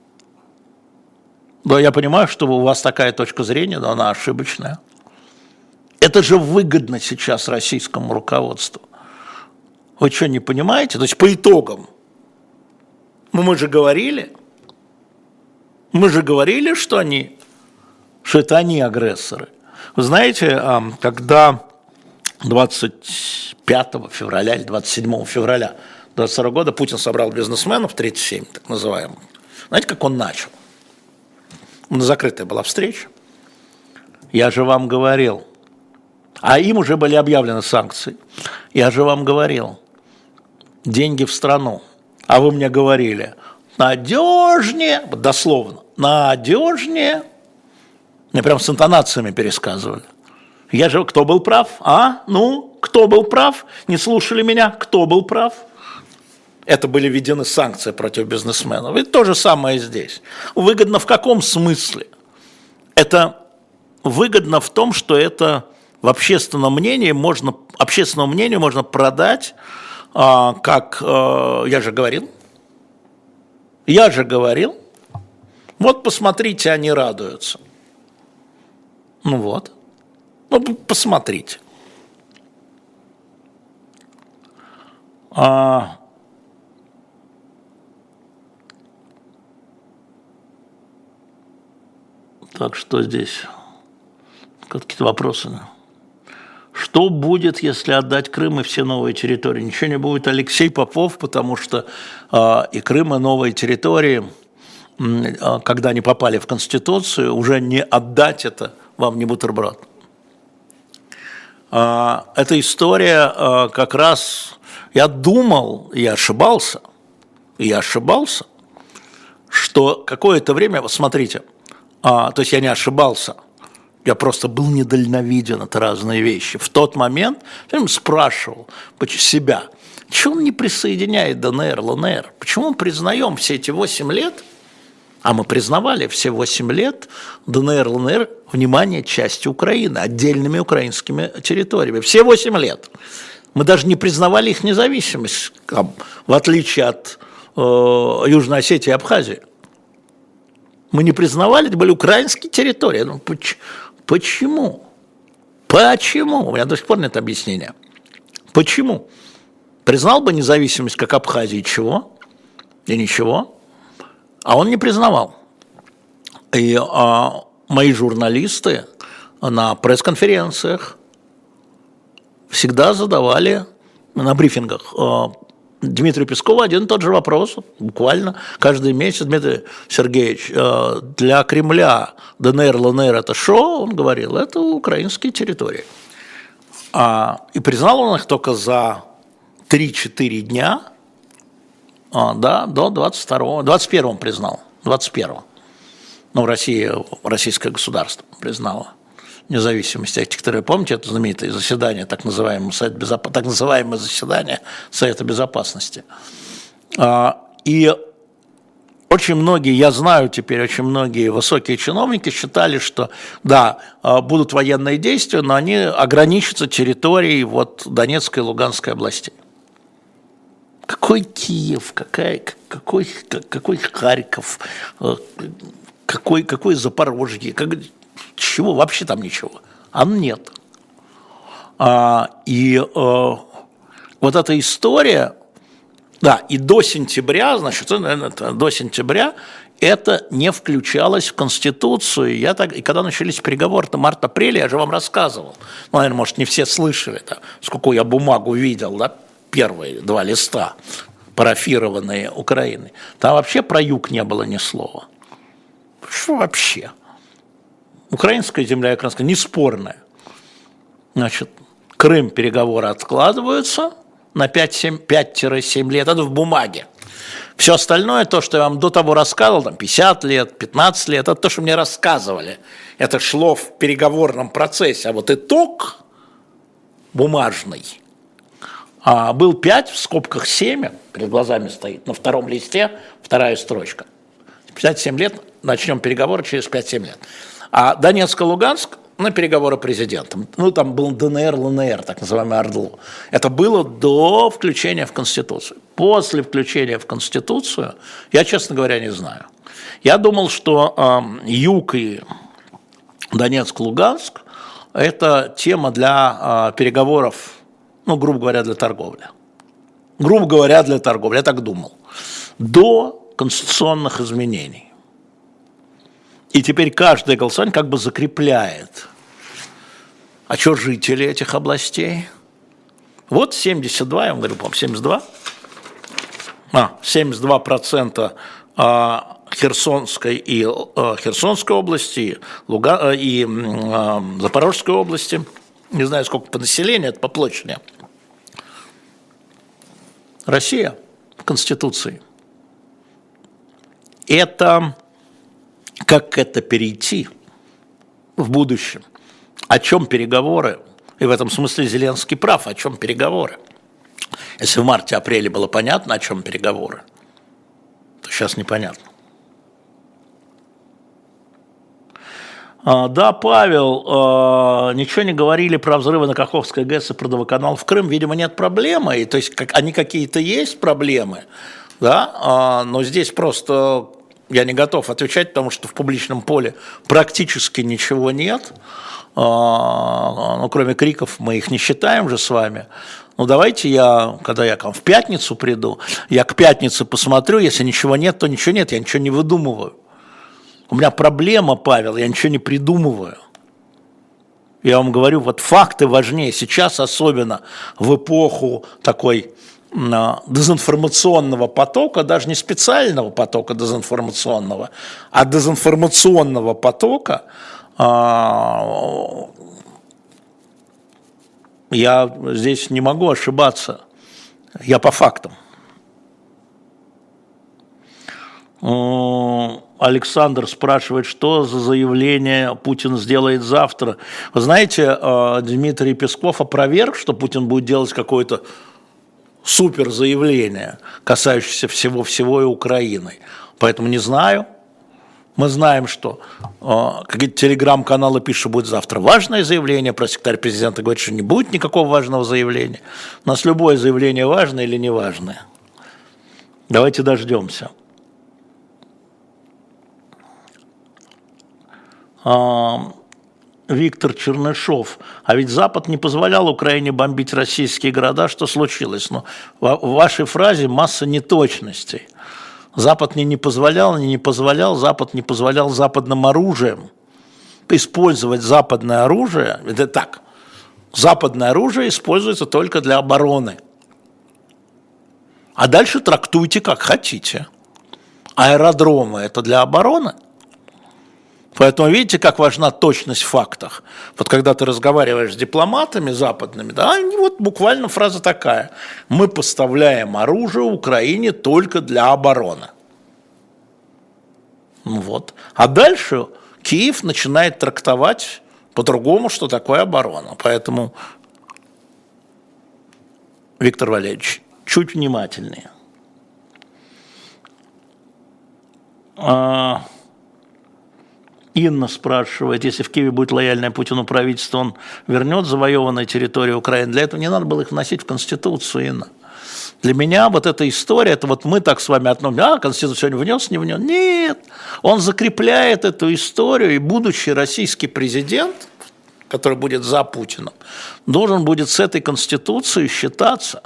Да, я понимаю, что у вас такая точка зрения, но она ошибочная. Это же выгодно сейчас российскому руководству. Вы что, не понимаете? То есть по итогам. Ну, мы же говорили, мы же говорили, что они, что это они агрессоры. Вы знаете, когда двадцать пятого февраля или двадцать седьмого февраля двадцать второго года Путин собрал бизнесменов, тридцать семь так называемых, знаете, как он начал? На закрытая была встреча. Я же вам говорил, а им уже были объявлены санкции. Я же вам говорил, деньги в страну. А вы мне говорили, надежнее, дословно, надежнее. Мне прям с интонациями пересказывали. Я же, кто был прав? А? Ну, кто был прав? Не слушали меня? Кто был прав? Это были введены санкции против бизнесменов. И то же самое здесь. Выгодно в каком смысле? Это выгодно в том, что это в общественном мнении можно, общественному мнению можно продать, а, как а, я же говорил. Я же говорил. Вот посмотрите, они радуются. Ну вот. Ну, посмотрите. А... Так, что здесь? Какие-то вопросы. Что будет, если отдать Крым и все новые территории? Ничего не будет, Алексей Попов, потому что э, и Крым, и новые территории, э, когда они попали в Конституцию, уже не отдать это вам не бутерброд. Э, эта история э, как раз, я думал, я ошибался, я ошибался, что какое-то время, смотрите, А, то есть я не ошибался, я просто был недальновиден, это разные вещи. В тот момент я спрашивал себя, почему он не присоединяет ДНР, ЛНР, почему мы признаем все эти восемь лет А мы признавали все восемь лет ДНР, ЛНР, внимание, частью Украины, отдельными украинскими территориями. Все восемь лет. Мы даже не признавали их независимость, в отличие от э, Южной Осетии и Абхазии. Мы не признавали, это были украинские территории. Ну, почему? Почему? У меня до сих пор нет объяснения. Почему? Признал бы независимость, как Абхазии, чего? И ничего. А он не признавал. И а, мои журналисты на пресс-конференциях всегда задавали на брифингах а, Дмитрию Пескову один и тот же вопрос, буквально каждый месяц. Дмитрий Сергеевич, а, для Кремля ДНР, ЛНР это шо? Он говорил, это украинские территории. А, и признал он их только за три-четыре дня. А, да, до двадцать второго, двадцать первого он признал, двадцать первого. Ну, Россия, российское государство признало независимость этих территорий. Помните это знаменитое заседание, так называемое, Совет Безоп... так называемое заседание Совета Безопасности? А, и очень многие, я знаю теперь, очень многие высокие чиновники считали, что да, будут военные действия, но они ограничатся территорией вот Донецкой и Луганской областей. Какой Киев, какая, какой, какой Харьков, какой, какой Запорожье, как, чего, вообще там ничего. А нет. А, и а, вот эта история, да, и до сентября, значит, до сентября это не включалось в Конституцию. Я так, и когда начались переговоры март-апреля, я же вам рассказывал, ну, наверное, может, не все слышали, да, сколько я бумагу видел, да, первые два листа, парафированные Украиной, там вообще про юг не было ни слова. Что вообще? Украинская земля, украинская, неспорная. Значит, Крым, переговоры откладываются на пять-семь лет, это в бумаге. Все остальное, то, что я вам до того рассказывал, там пятьдесят лет, пятнадцать лет, это то, что мне рассказывали. Это шло в переговорном процессе, а вот итог бумажный, А, был пять, в скобках семь, перед глазами стоит, на втором листе вторая строчка. пятьдесят семь лет, начнем переговоры через пять-семь лет. А Донецк и Луганск на переговоры президентом. Ну, там был ДНР, ЛНР, так называемый ОРДЛО. Это было до включения в Конституцию. После включения в Конституцию, я, честно говоря, не знаю. Я думал, что э, юг и Донецк, Луганск – это тема для э, переговоров, ну, грубо говоря, для торговли. Грубо говоря, для торговли, я так думал. До конституционных изменений. И теперь каждое голосование как бы закрепляет. А что жители этих областей? Вот семьдесят два, я вам говорю, по-моему, семьдесят два. А, семьдесят два процента Херсонской и Херсонской области, Луга, и Запорожской области. Не знаю, сколько по населению, это по площади. Россия в Конституции. Это как это перейти в будущем? О чем переговоры? И в этом смысле Зеленский прав, о чем переговоры? Если в марте-апреле было понятно, о чем переговоры, то сейчас непонятно. Да, Павел, ничего не говорили про взрывы на Каховской ГЭС и про водоканал в Крым. Видимо, нет проблемы. То есть как, они какие-то есть проблемы, да? Но здесь просто я не готов отвечать, потому что в публичном поле практически ничего нет. Ну, кроме криков, мы их не считаем же с вами. Ну, давайте я, когда я в пятницу приду, я к пятнице посмотрю, если ничего нет, то ничего нет, я ничего не выдумываю. У меня проблема, Павел, я ничего не придумываю. Я вам говорю, вот факты важнее. Сейчас особенно в эпоху такой дезинформационного потока, даже не специального потока дезинформационного, а дезинформационного потока, я здесь не могу ошибаться. Я по фактам. Александр спрашивает, что за заявление Путин сделает завтра. Вы знаете, Дмитрий Песков опроверг, что Путин будет делать какое-то супер заявление, касающееся всего-всего и Украины. Поэтому не знаю. Мы знаем, что э, какие-то телеграм-каналы пишут, что будет завтра важное заявление, пресс-секретарь президента говорит, что не будет никакого важного заявления. У нас любое заявление важное или неважное. Давайте дождемся. А, Виктор Чернышов. А ведь Запад не позволял Украине бомбить российские города. Что случилось? Ну, в вашей фразе масса неточностей. Запад мне не позволял, не, не позволял, Запад не позволял западным оружием использовать западное оружие. Это так, западное оружие используется только для обороны. А дальше трактуйте как хотите. Аэродромы – это для обороны. Поэтому видите, как важна точность в фактах. Вот когда ты разговариваешь с дипломатами западными, да, вот буквально фраза такая. Мы поставляем оружие Украине только для обороны. Вот. А дальше Киев начинает трактовать по-другому, что такое оборона. Поэтому, Виктор Валерьевич, чуть внимательнее. А... Инна спрашивает, если в Киеве будет лояльное Путину правительство, он вернет завоеванные территории Украины. Для этого не надо было их вносить в Конституцию, Инна. Для меня вот эта история, это вот мы так с вами относимся, а, Конституцию сегодня внес, не внес. Нет, он закрепляет эту историю, и будущий российский президент, который будет за Путиным, должен будет с этой Конституцией считаться.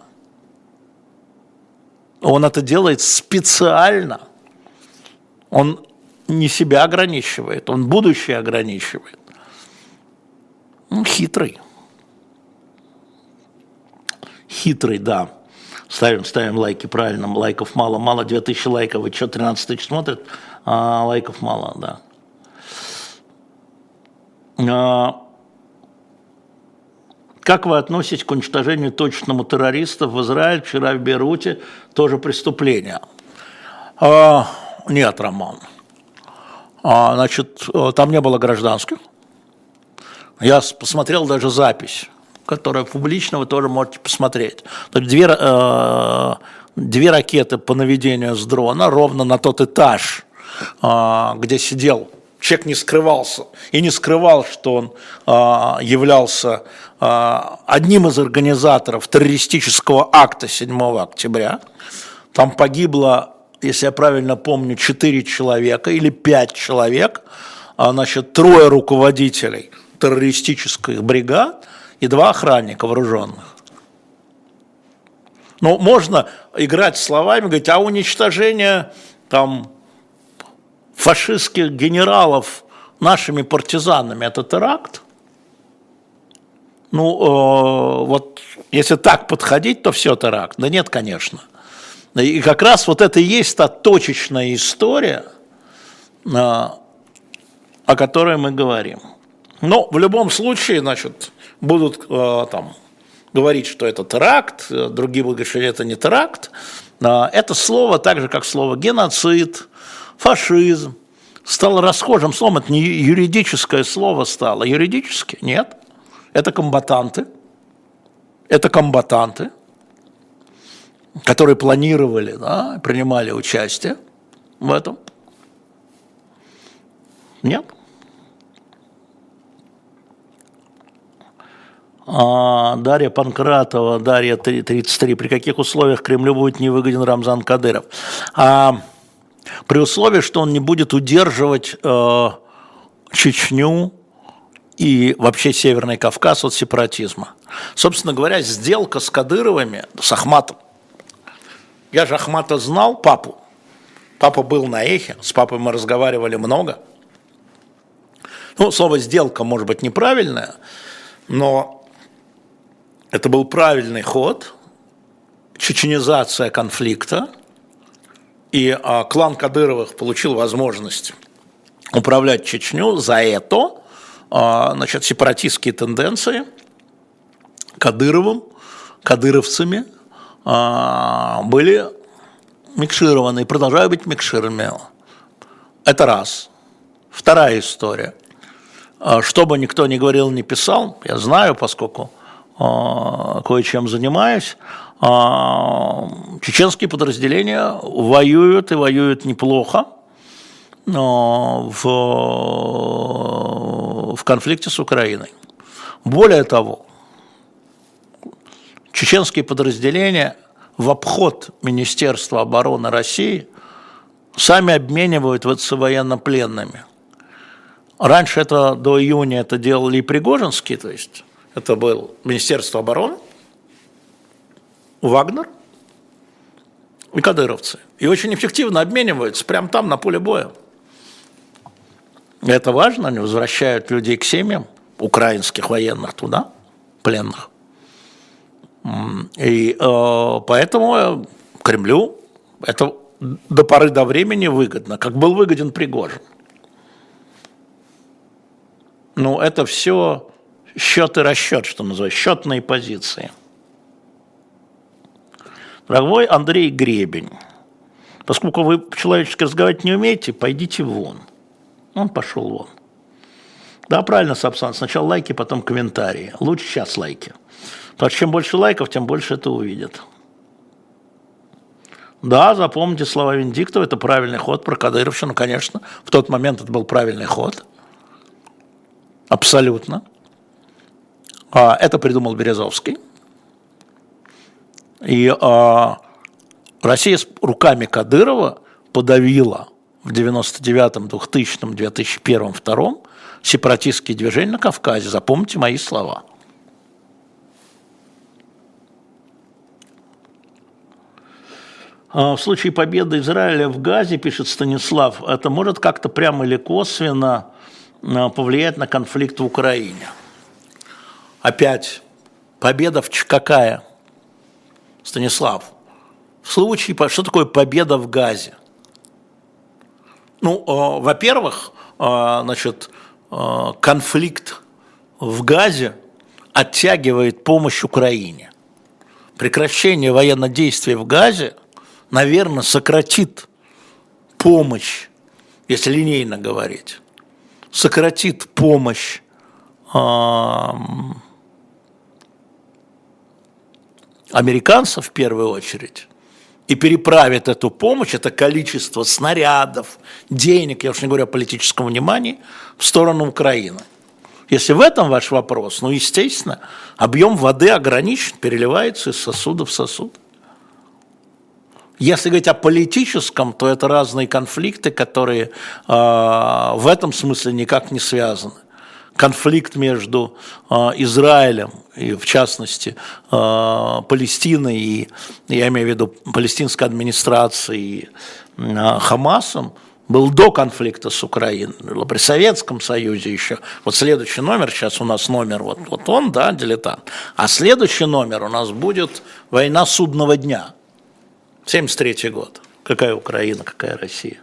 Он это делает специально. Он не себя ограничивает, он будущее ограничивает. Он хитрый. Хитрый, да. Ставим, ставим лайки, правильно, лайков мало, мало, две тысячи лайков, вы что, тринадцать тысяч смотрят, а лайков мало, да. А, как вы относитесь к уничтожению точечному террористов в Израиле, вчера в Бейруте, тоже преступление? А, нет, Роман. А, значит, там не было гражданских. Я посмотрел даже запись, которая публична, вы тоже можете посмотреть. Две, э, две ракеты по наведению с дрона ровно на тот этаж, э, где сидел. Человек не скрывался и не скрывал, что он э, являлся э, одним из организаторов террористического акта седьмого октября. Там погибло, если я правильно помню, четыре человека или пять человек, а, значит, трое руководителей террористических бригад и два охранника вооруженных. Ну, можно играть словами, говорить, а уничтожение там фашистских генералов нашими партизанами – это теракт? Ну, э, вот если так подходить, то все теракт. Да нет, конечно. И как раз вот это и есть та точечная история, о которой мы говорим. Но в любом случае, значит, будут там говорить, что это теракт, другие будут говорить, что это не теракт. Это слово, так же как слово геноцид, фашизм, стало расхожим словом. Это не юридическое слово стало. Юридически? Нет. Это комбатанты. Это комбатанты, которые планировали, да, принимали участие в этом. Нет. А, Дарья Панкратова, Дарья тридцать три. При каких условиях Кремлю будет невыгоден Рамзан Кадыров? А, при условии, что он не будет удерживать э, Чечню и вообще Северный Кавказ от сепаратизма. Собственно говоря, сделка с Кадыровыми, с Ахматом. Я же Ахмата знал, папу. Папа был на Эхе, с папой мы разговаривали много. Ну, слово «сделка» может быть неправильное, но это был правильный ход, чеченизация конфликта, и а, клан Кадыровых получил возможность управлять Чечню. За это а, значит, сепаратистские тенденции Кадыровым, кадыровцами а, были микшированы и продолжают быть микшированными. Это раз. Вторая история. Что бы никто ни говорил, ни писал, я знаю, поскольку э, кое-чем занимаюсь, э, чеченские подразделения воюют и воюют неплохо, в, в конфликте с Украиной. Более того, чеченские подразделения в обход Министерства обороны России сами обменивают ВЦ военнопленными. Раньше это до июня это делали и Пригожинские, то есть это было Министерство обороны, Вагнер и кадыровцы. И очень эффективно обмениваются прямо там, на поле боя. Это важно, они возвращают людей к семьям, украинских военных туда, пленных. И э, поэтому Кремлю это до поры до времени выгодно, как был выгоден Пригожин. Ну, это все счет и расчет, что называется, счетные позиции. Дорогой Андрей Гребень, поскольку вы по-человечески разговаривать не умеете, пойдите вон. Он пошел вон. Да, правильно, Сапсан, сначала лайки, потом комментарии. Лучше сейчас лайки. Потому что чем больше лайков, тем больше это увидят. Да, запомните слова Венедиктова, это правильный ход про кадыровщину, конечно. В тот момент это был правильный ход. Абсолютно. А, это придумал Березовский. И а, Россия с руками Кадырова подавила в девяносто девятом, двухтысячном, две тысячи первом, две тысячи втором сепаратистские движения на Кавказе. Запомните мои слова. В случае победы Израиля в Газе, пишет Станислав, это может как-то прямо или косвенно повлиять на конфликт в Украине. Опять, победа в какая? Станислав, в случае, что такое победа в Газе? Ну, во-первых, значит, конфликт в Газе оттягивает помощь Украине. Прекращение военных действий в Газе, наверное, сократит помощь, если линейно говорить, сократит помощь э, американцев в первую очередь и переправит эту помощь, это количество снарядов, денег, я уж не говорю о политическом внимании, в сторону Украины. Если в этом ваш вопрос, ну, естественно, объем воды ограничен, переливается из сосуда в сосуд. Если говорить о политическом, то это разные конфликты, которые э, в этом смысле никак не связаны. Конфликт между э, Израилем и, в частности, э, Палестиной, и, я имею в виду палестинской администрацией и э, Хамасом, был до конфликта с Украиной, было при Советском Союзе еще. Вот следующий номер, сейчас у нас номер, вот, вот он, да, дилетант. А следующий номер у нас будет «Война судного дня». семьдесят третий год. Какая Украина, какая Россия?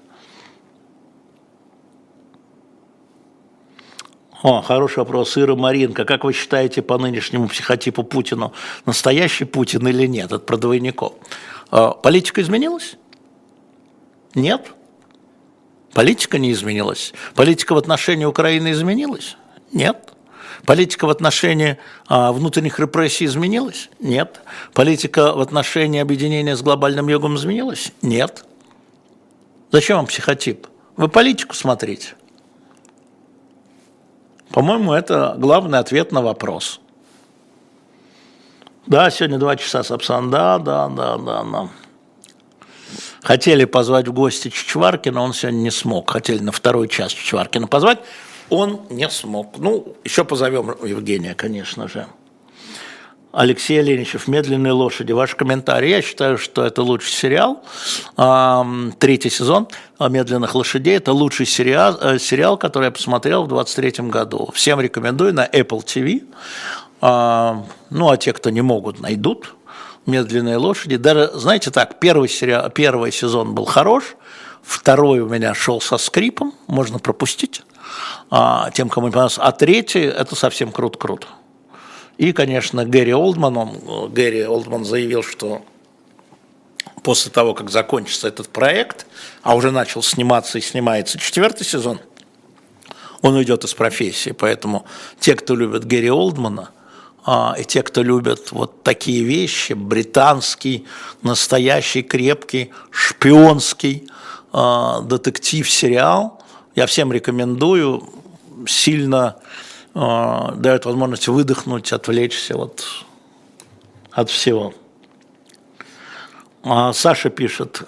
О, хороший вопрос. Ира Маринка. Как вы считаете по нынешнему психотипу Путину, настоящий Путин или нет? Это про двойников. Политика изменилась? Нет. Политика не изменилась. Политика в отношении Украины изменилась? Нет. Политика в отношении а, внутренних репрессий изменилась? Нет. Политика в отношении объединения с глобальным югом изменилась? Нет. Зачем вам психотип? Вы политику смотрите. По-моему, это главный ответ на вопрос. Да, сегодня два часа, Сапсан, да, да, да, да, да. Хотели позвать в гости Чичваркина, он сегодня не смог. Хотели на второй час Чичваркина позвать, он не смог. Ну, еще позовем Евгения, конечно же. Алексей Оленичев, «Медленные лошади». Ваш комментарий. Я считаю, что это лучший сериал. Третий сезон «Медленных лошадей». Это лучший сериал, сериал, который я посмотрел в двадцать третьем году. Всем рекомендую на Apple ти ви. Ну, а те, кто не могут, найдут. «Медленные лошади». Даже, знаете так, первый, сериал, первый сезон был хорош, второй у меня шел со скрипом, можно пропустить, а, тем, кому не понравилось, а третий – это совсем круто-круто. И, конечно, Гэри Олдман, он, Гэри Олдман заявил, что после того, как закончится этот проект, а уже начал сниматься и снимается четвертый сезон, он уйдет из профессии, поэтому те, кто любит Гэри Олдмана, и те, кто любят вот такие вещи, британский, настоящий, крепкий, шпионский детектив-сериал. Я всем рекомендую. Сильно дает возможность выдохнуть, отвлечься вот от всего. Саша пишет: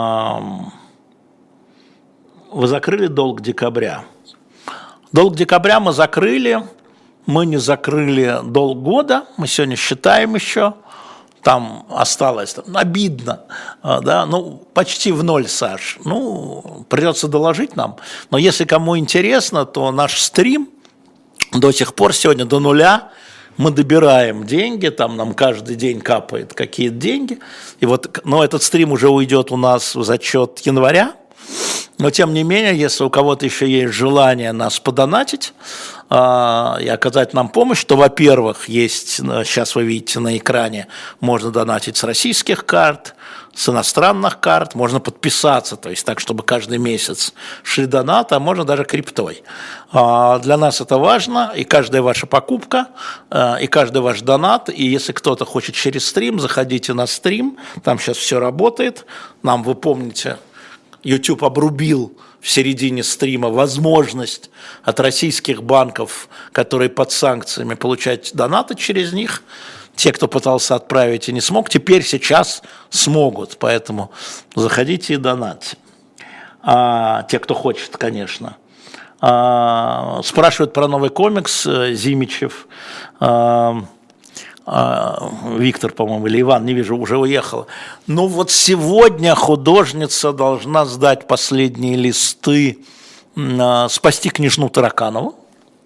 вы закрыли долг декабря? Долг декабря мы закрыли, мы не закрыли долг года, мы сегодня считаем еще, там осталось, там, обидно, да, ну, почти в ноль, Саш, ну, придется доложить нам, но если кому интересно, то наш стрим до сих пор сегодня до нуля, мы добираем деньги, там нам каждый день капает какие-то деньги, и вот, но этот стрим уже уйдет у нас в зачет января, но тем не менее, если у кого-то еще есть желание нас подонатить э, и оказать нам помощь, то, во-первых, есть, сейчас вы видите на экране, можно донатить с российских карт, с иностранных карт, можно подписаться, то есть так, чтобы каждый месяц шли донаты, а можно даже криптой. Э, для нас это важно, и каждая ваша покупка, э, и каждый ваш донат, и если кто-то хочет через стрим, заходите на стрим, там сейчас все работает, нам, вы помните, YouTube обрубил в середине стрима возможность от российских банков, которые под санкциями, получать донаты через них. Те, кто пытался отправить и не смог, теперь сейчас смогут. Поэтому заходите и донатьте. А, те, кто хочет, конечно. А, спрашивают про новый комикс Зимичев. А, Виктор, по-моему, или Иван, не вижу, уже уехал. Ну вот сегодня художница должна сдать последние листы «Спасти княжну Тараканову».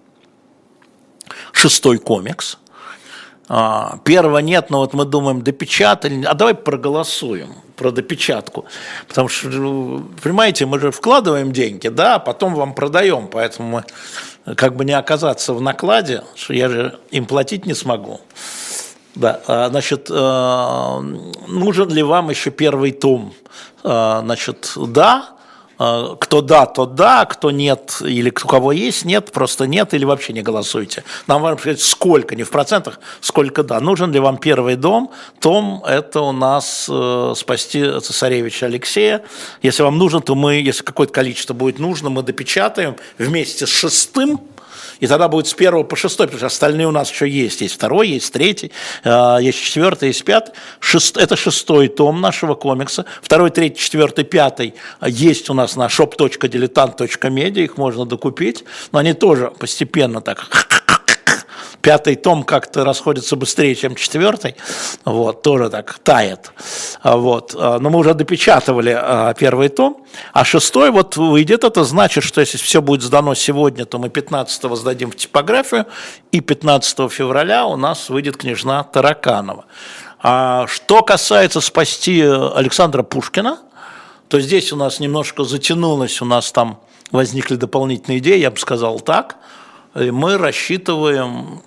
Шестой комикс. Первого нет, но вот мы думаем, допечатали. А давай проголосуем про допечатку. Потому что, понимаете, мы же вкладываем деньги, да, а потом вам продаем. Поэтому мы как бы не оказаться в накладе, что я же им платить не смогу. Да, значит, нужен ли вам еще первый том? Значит, да. Кто да, тот да, кто нет, или у кого есть, нет, просто нет, или вообще не голосуйте. Нам важно сказать, сколько, не в процентах, сколько да. Нужен ли вам первый дом? Том – это у нас э, «Спасти цесаревича Алексея». Если вам нужен, то мы, если какое-то количество будет нужно, мы допечатаем вместе с шестым. И тогда будет с первого по шестой, потому что остальные у нас еще есть. Есть второй, есть третий, есть четвертый, есть пятый. Шест... Это шестой том нашего комикса. Второй, третий, четвертый, пятый есть у нас на шоп точка дилетант точка медиа. Их можно докупить. Но они тоже постепенно так... Пятый том как-то расходится быстрее, чем четвертый, вот, тоже так тает. Вот. Но мы уже допечатывали первый том, а шестой вот выйдет. Это значит, что если все будет сдано сегодня, то мы пятнадцатого сдадим в типографию, и пятнадцатого февраля у нас выйдет «Княжна Тараканова». А что касается «Спасти Александра Пушкина», то здесь у нас немножко затянулось, у нас там возникли дополнительные идеи, я бы сказал так. И мы рассчитываем,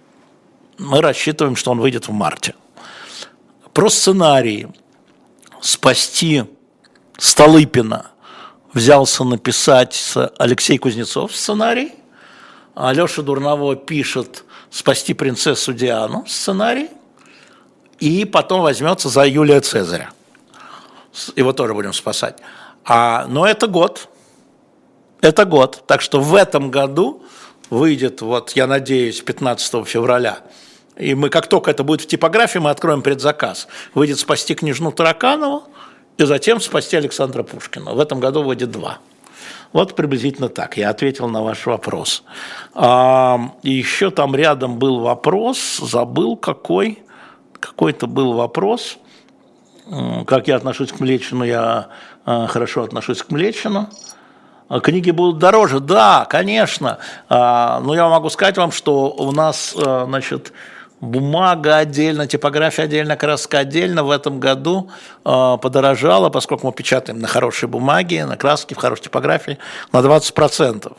мы рассчитываем, что он выйдет в марте. Про сценарий «Спасти Столыпина» взялся написать Алексей Кузнецов сценарий, а Алеша Дурново пишет «Спасти принцессу Диану» сценарий, и потом возьмется за Юлия Цезаря. Его тоже будем спасать. А, но это год. Это год. Так что в этом году выйдет, вот, я надеюсь, пятнадцатого февраля. И мы, как только это будет в типографии, мы откроем предзаказ. Выйдет «Спасти княжну Тараканову» и затем «Спасти Александра Пушкина». В этом году выйдет два. Вот приблизительно так. Я ответил на ваш вопрос. А, и еще там рядом был вопрос, забыл какой. Какой-то был вопрос. Как я отношусь к Млечину? Я а, хорошо отношусь к Млечину. Книги будут дороже? Да, конечно. Но я могу сказать вам, что у нас, значит, бумага отдельно, типография отдельно, краска отдельно в этом году подорожала, поскольку мы печатаем на хорошей бумаге, на краске, в хорошей типографии, на двадцать процентов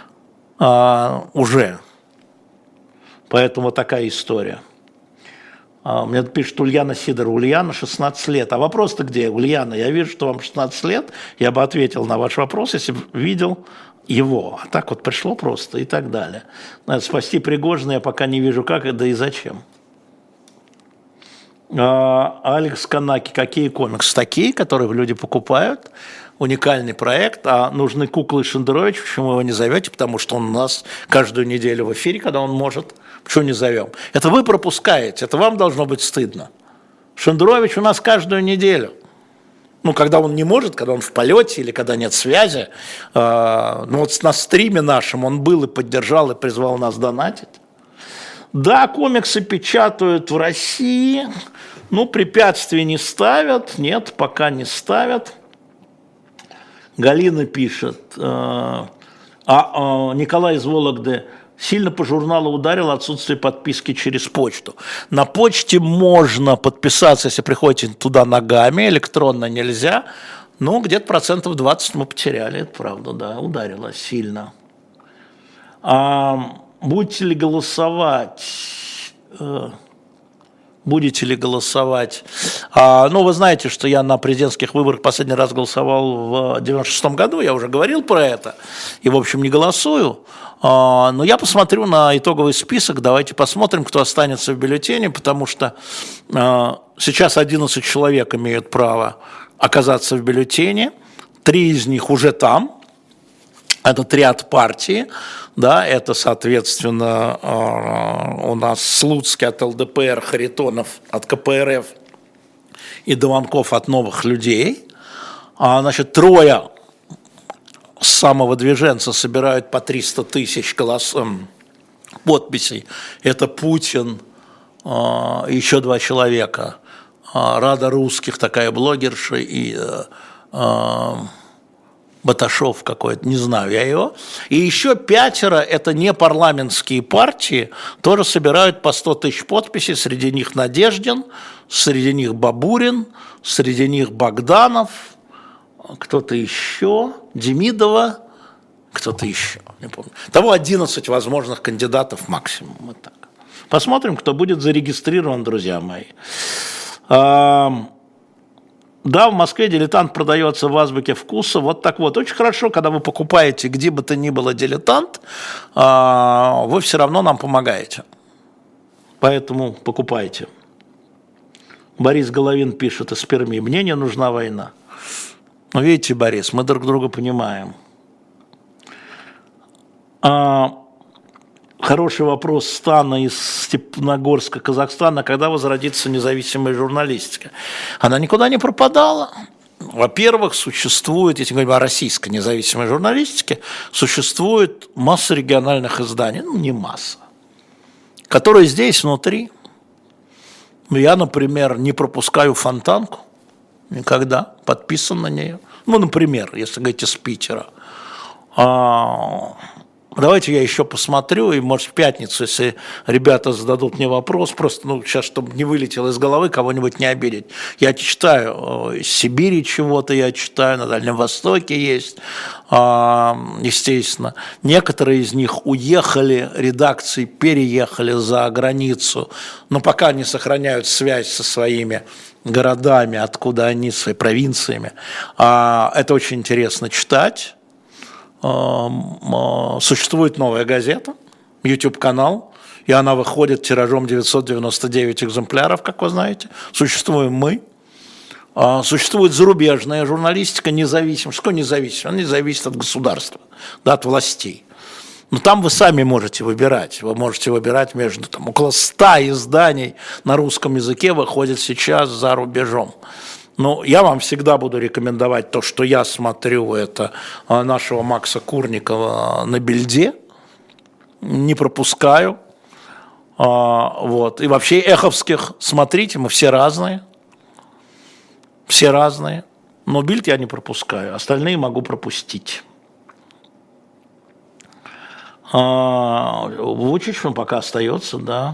уже. Поэтому такая история. Мне пишет Ульяна Сидорова. Ульяна, шестнадцать лет. А вопрос-то где? Ульяна, я вижу, что вам шестнадцать лет. Я бы ответил на ваш вопрос, если бы видел его. А так вот пришло просто и так далее. Надо спасти Пригожина, я пока не вижу как, да и зачем. Алекс Канаки, какие комиксы? Такие, которые люди покупают. Уникальный проект, а нужны куклы Шендерович, почему его не зовете? Потому что он у нас каждую неделю в эфире, когда он может. Почему не зовем? Это вы пропускаете, это вам должно быть стыдно. Шендерович у нас каждую неделю. Ну, когда он не может, когда он в полете или когда нет связи. Э, ну, вот на стриме нашем он был и поддержал, и призвал нас донатить. Да, комиксы печатают в России, ну, препятствий не ставят, нет, пока не ставят. Галина пишет, э, а, а Николай из Вологды сильно по журналу ударил отсутствие подписки через почту. На почте можно подписаться, если приходите туда ногами, электронно нельзя, ну, где-то процентов двадцать мы потеряли, это правда, да, ударило сильно. А, будете ли голосовать? Будете ли голосовать? А, ну, вы знаете, что я на президентских выборах последний раз голосовал в девяносто шестом году, я уже говорил про это, и, в общем, не голосую. А, но я посмотрю на итоговый список, давайте посмотрим, кто останется в бюллетене, потому что а, сейчас одиннадцать человек имеют право оказаться в бюллетене, три из них уже там. Это три от партии, да, это, соответственно, у нас Слуцкий от эл дэ пэ эр, Харитонов от ка пэ эр эф и Дованков от Новых людей. А, значит, трое с самовыдвиженца собирают по триста тысяч голосов, подписей. Это Путин, еще два человека. Рада Русских, такая блогерша, и... Баташов какой-то, не знаю я его. И еще пятеро, это не парламентские партии, тоже собирают по сто тысяч подписей. Среди них Надеждин, среди них Бабурин, среди них Богданов, кто-то еще, Демидова, кто-то еще, не помню. Того одиннадцать возможных кандидатов максимум. Вот так. Посмотрим, кто будет зарегистрирован, друзья мои. Да, в Москве «Дилетант» продается в азбуке вкуса. Вот так вот. Очень хорошо, когда вы покупаете где бы то ни было «Дилетант», вы все равно нам помогаете. Поэтому покупайте. Борис Головин пишет из Перми. Мне не нужна война. Ну, видите, Борис, мы друг друга понимаем. Хороший вопрос Стана из Степногорска, Казахстана. Когда возродится независимая журналистика? Она никуда не пропадала. Во-первых, существует, если говорим о российской независимой журналистике, существует масса региональных изданий, ну не масса, которые здесь внутри. Я, например, не пропускаю Фонтанку никогда, подписан на нее. Ну, например, если говорить из Питера. Давайте я еще посмотрю, и, может, в пятницу, если ребята зададут мне вопрос, просто, ну, сейчас, чтобы не вылетело из головы, кого-нибудь не обидеть. Я читаю из Сибири чего-то, я читаю, на Дальнем Востоке есть, естественно. Некоторые из них уехали, редакции переехали за границу, но пока они сохраняют связь со своими городами, откуда они, своими провинциями. Это очень интересно читать. Существует новая газета, YouTube-канал, и она выходит тиражом девятьсот девяносто девять экземпляров, как вы знаете. Существуем мы. Существует зарубежная журналистика, независимая. Что такое независимая? Она не зависит от государства, да, от властей. Но там вы сами можете выбирать. Вы можете выбирать между там, около ста изданий на русском языке выходит сейчас за рубежом. Ну, я вам всегда буду рекомендовать то, что я смотрю, это нашего Макса Курникова на Бельде, не пропускаю, вот, и вообще эховских смотрите, мы все разные, все разные, но Бильд я не пропускаю, остальные могу пропустить. Вучич он пока остается, да.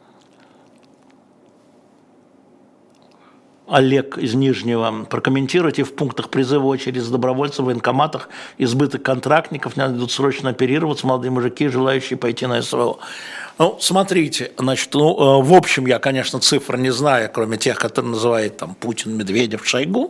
Олег из Нижнего. Прокомментируйте в пунктах призыва очередь с добровольцев в военкоматах, избыток контрактников, надо идут срочно оперироваться, молодые мужики, желающие пойти на эс вэ о. Ну, смотрите, значит, ну, в общем, я, конечно, цифр не знаю, кроме тех, которые называют там Путин, Медведев, Шойгу,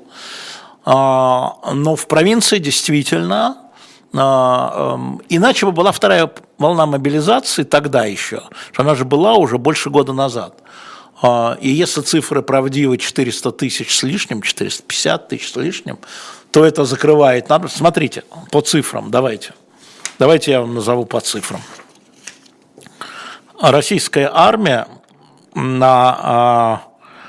но в провинции действительно, иначе бы была вторая волна мобилизации тогда еще, что она же была уже больше года назад. И если цифры правдивы четыреста тысяч с лишним, четыреста пятьдесят тысяч с лишним, то это закрывает. Надо, смотрите, по цифрам, давайте. Давайте я вам назову по цифрам. Российская армия на,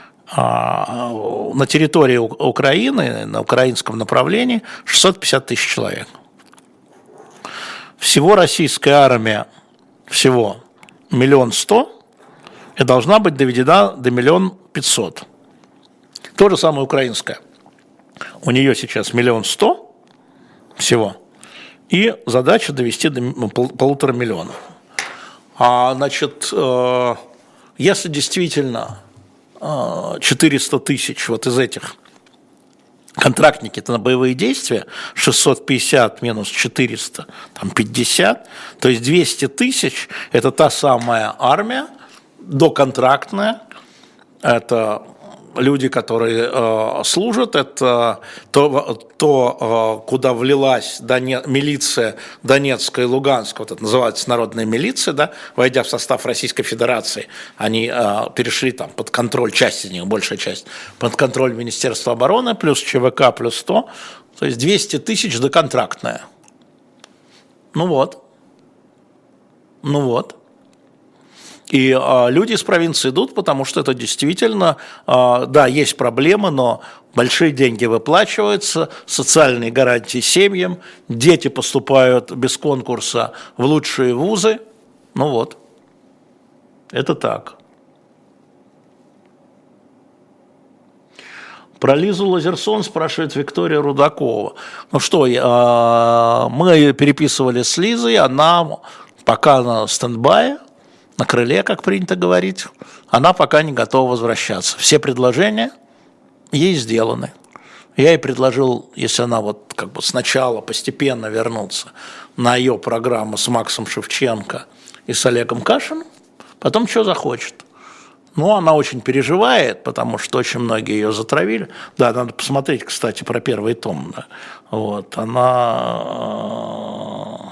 на территории Украины, на украинском направлении шестьсот пятьдесят тысяч человек. Всего российская армия, всего миллион сто, и должна быть доведена до миллион пятьсот. То же самое украинская. У нее сейчас миллион сто всего, и задача довести до пол, полутора миллионов. А, значит, э, если действительно э, четыреста тысяч вот из этих контрактники это на боевые действия, шестьсот пятьдесят минус четыреста, там пятьдесят, то есть двести тысяч – это та самая армия, доконтрактная, это люди, которые э, служат, это то, то э, куда влилась Доне... милиция Донецкая и Луганская, вот это называется народная милиция, да, войдя в состав Российской Федерации, они э, перешли там под контроль, часть из них, большая часть, под контроль Министерства обороны, плюс ЧВК, плюс сто, то есть двести тысяч доконтрактная. Ну вот. Ну вот. И а, люди из провинции идут, потому что это действительно, а, да, есть проблемы, но большие деньги выплачиваются, социальные гарантии семьям, дети поступают без конкурса в лучшие вузы. Ну вот, это так. Про Лизу Лазерсон спрашивает Виктория Рудакова. Ну что, а, мы переписывали с Лизой, она пока на стендбае, на крыле, как принято говорить, она пока не готова возвращаться. Все предложения ей сделаны. Я ей предложил, если она вот как бы сначала постепенно вернуться на ее программу с Максом Шевченко и с Олегом Кашиным, потом что захочет. Но она очень переживает, потому что очень многие ее затравили. Да, надо посмотреть, кстати, про первый том. Да. Вот, она...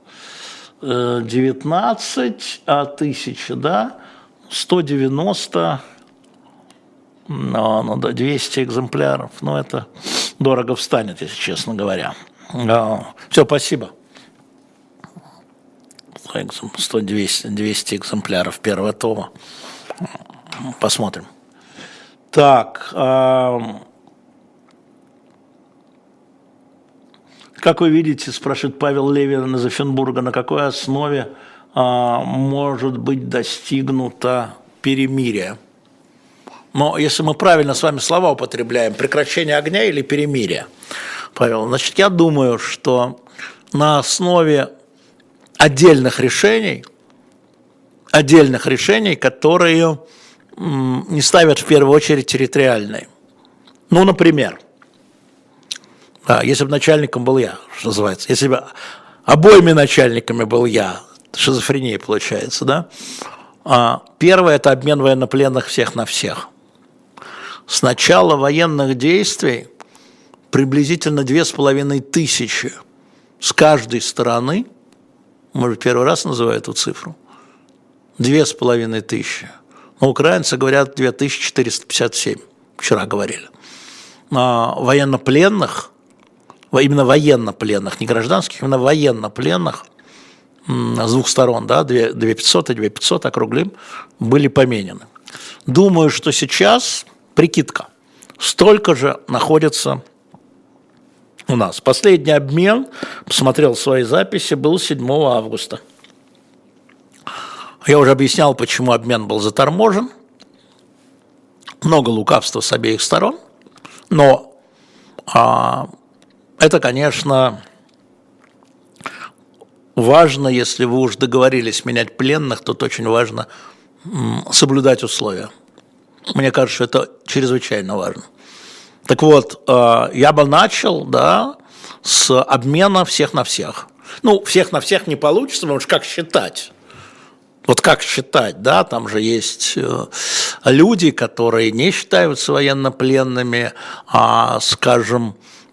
девятнадцать, а тысяча, да, сто девяносто, ну, ну, да, двести экземпляров, ну, это дорого встанет, если честно говоря. Все, спасибо. сто двести, двести экземпляров первого тома. Посмотрим. Так, как вы видите, спрашивает Павел Левин из Офенбурга, на какой основе а, может быть достигнуто перемирие? Но если мы правильно с вами слова употребляем, прекращение огня или перемирие, Павел, значит, я думаю, что на основе отдельных решений, отдельных решений, которые м, не ставят в первую очередь территориальные. Ну, например, да, если бы начальником был я, что называется, если бы обоими начальниками был я, шизофрения получается, да? А, первое – это обмен военнопленных всех на всех. С начала военных действий приблизительно две с половиной тысячи с каждой стороны, может, первый раз называю эту цифру, две с половиной тысячи. Но украинцы говорят две тысячи четыреста пятьдесят семь, вчера говорили, а, военнопленных, именно военнопленных, не гражданских, именно военнопленных с двух сторон, да, две тысячи пятьсот и две тысячи пятьсот округлим, были поменены. Думаю, что сейчас, прикидка, столько же находится у нас. Последний обмен, посмотрел свои записи, был седьмого августа. Я уже объяснял, почему обмен был заторможен. Много лукавства с обеих сторон, но а, это, конечно, важно, если вы уж договорились менять пленных, то очень важно соблюдать условия. Мне кажется, что это чрезвычайно важно. Так вот, я бы начал, да, с обмена всех на всех. Ну, всех на всех не получится, потому что как считать? Вот как считать, да, там же есть люди, которые не считаются военнопленными, а, скажем,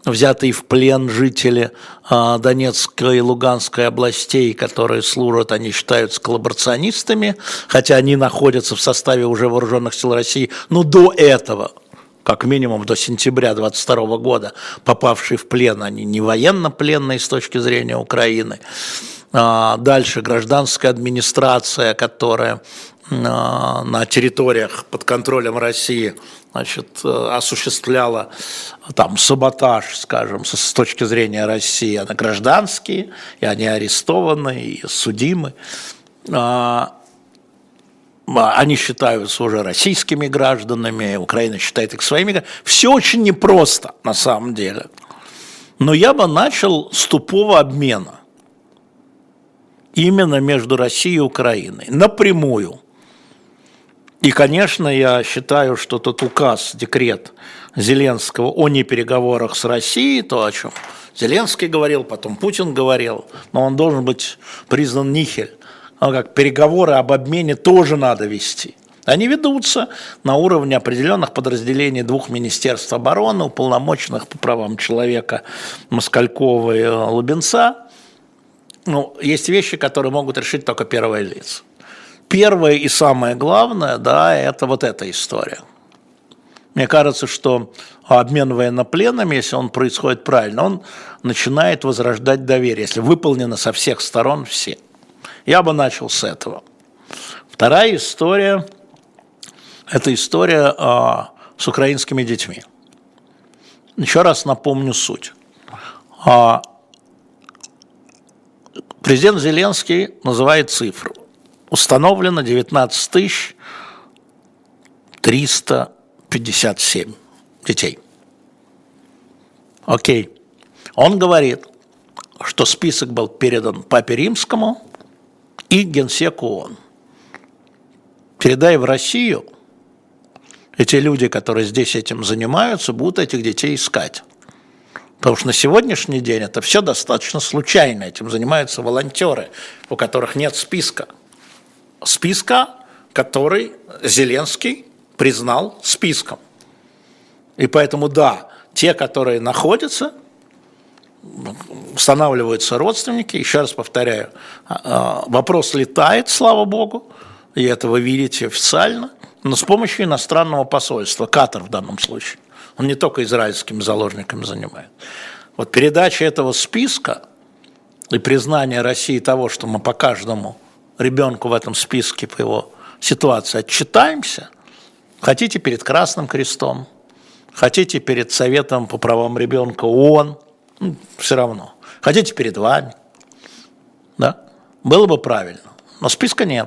взятые в плен жители а, Донецкой и Луганской областей, которые служат, они считаются коллаборационистами, хотя они находятся в составе уже вооруженных сил России, но до этого, как минимум до сентября двадцать второго года, попавшие в плен, они не военно-пленные с точки зрения Украины. А, дальше гражданская администрация, которая а, на территориях под контролем России, значит, осуществляла там саботаж, скажем, с, с точки зрения России, она гражданские, и они арестованы, и судимы. А, они считаются уже российскими гражданами, Украина считает их своими гражданами. Все очень непросто на самом деле. Но я бы начал с тупого обмена именно между Россией и Украиной, напрямую. И, конечно, я считаю, что тот указ, декрет Зеленского о непереговорах с Россией, то, о чем Зеленский говорил, потом Путин говорил, но он должен быть признан нихель. А как переговоры об обмене тоже надо вести. Они ведутся на уровне определенных подразделений двух министерств обороны, уполномоченных по правам человека Москалькова и Лубенца. Ну, есть вещи, которые могут решить только первые лица. Первое и самое главное, да, это вот эта история. Мне кажется, что обмен военнопленными, если он происходит правильно, он начинает возрождать доверие, если выполнено со всех сторон все. Я бы начал с этого. Вторая история – это история а, с украинскими детьми. Еще раз напомню суть. А, президент Зеленский называет цифру. Установлено девятнадцать тысяч триста пятьдесят семь детей. Окей. Он говорит, что список был передан Папе Римскому и Генсеку ООН. Передай в Россию, эти люди, которые здесь этим занимаются, будут этих детей искать. Потому что на сегодняшний день это все достаточно случайно. Этим занимаются волонтеры, у которых нет списка. Списка, который Зеленский признал списком. И поэтому, да, те, которые находятся, устанавливаются родственники, еще раз повторяю, вопрос летает, слава богу, и это вы видите официально, но с помощью иностранного посольства, Катар в данном случае. Он не только израильскими заложниками занимает. Вот передача этого списка и признание России того, что мы по каждому ребенку в этом списке по его ситуации отчитаемся, хотите перед Красным Крестом, хотите перед Советом по правам ребенка ООН, ну, все равно, хотите перед вами, да, было бы правильно, но списка нет,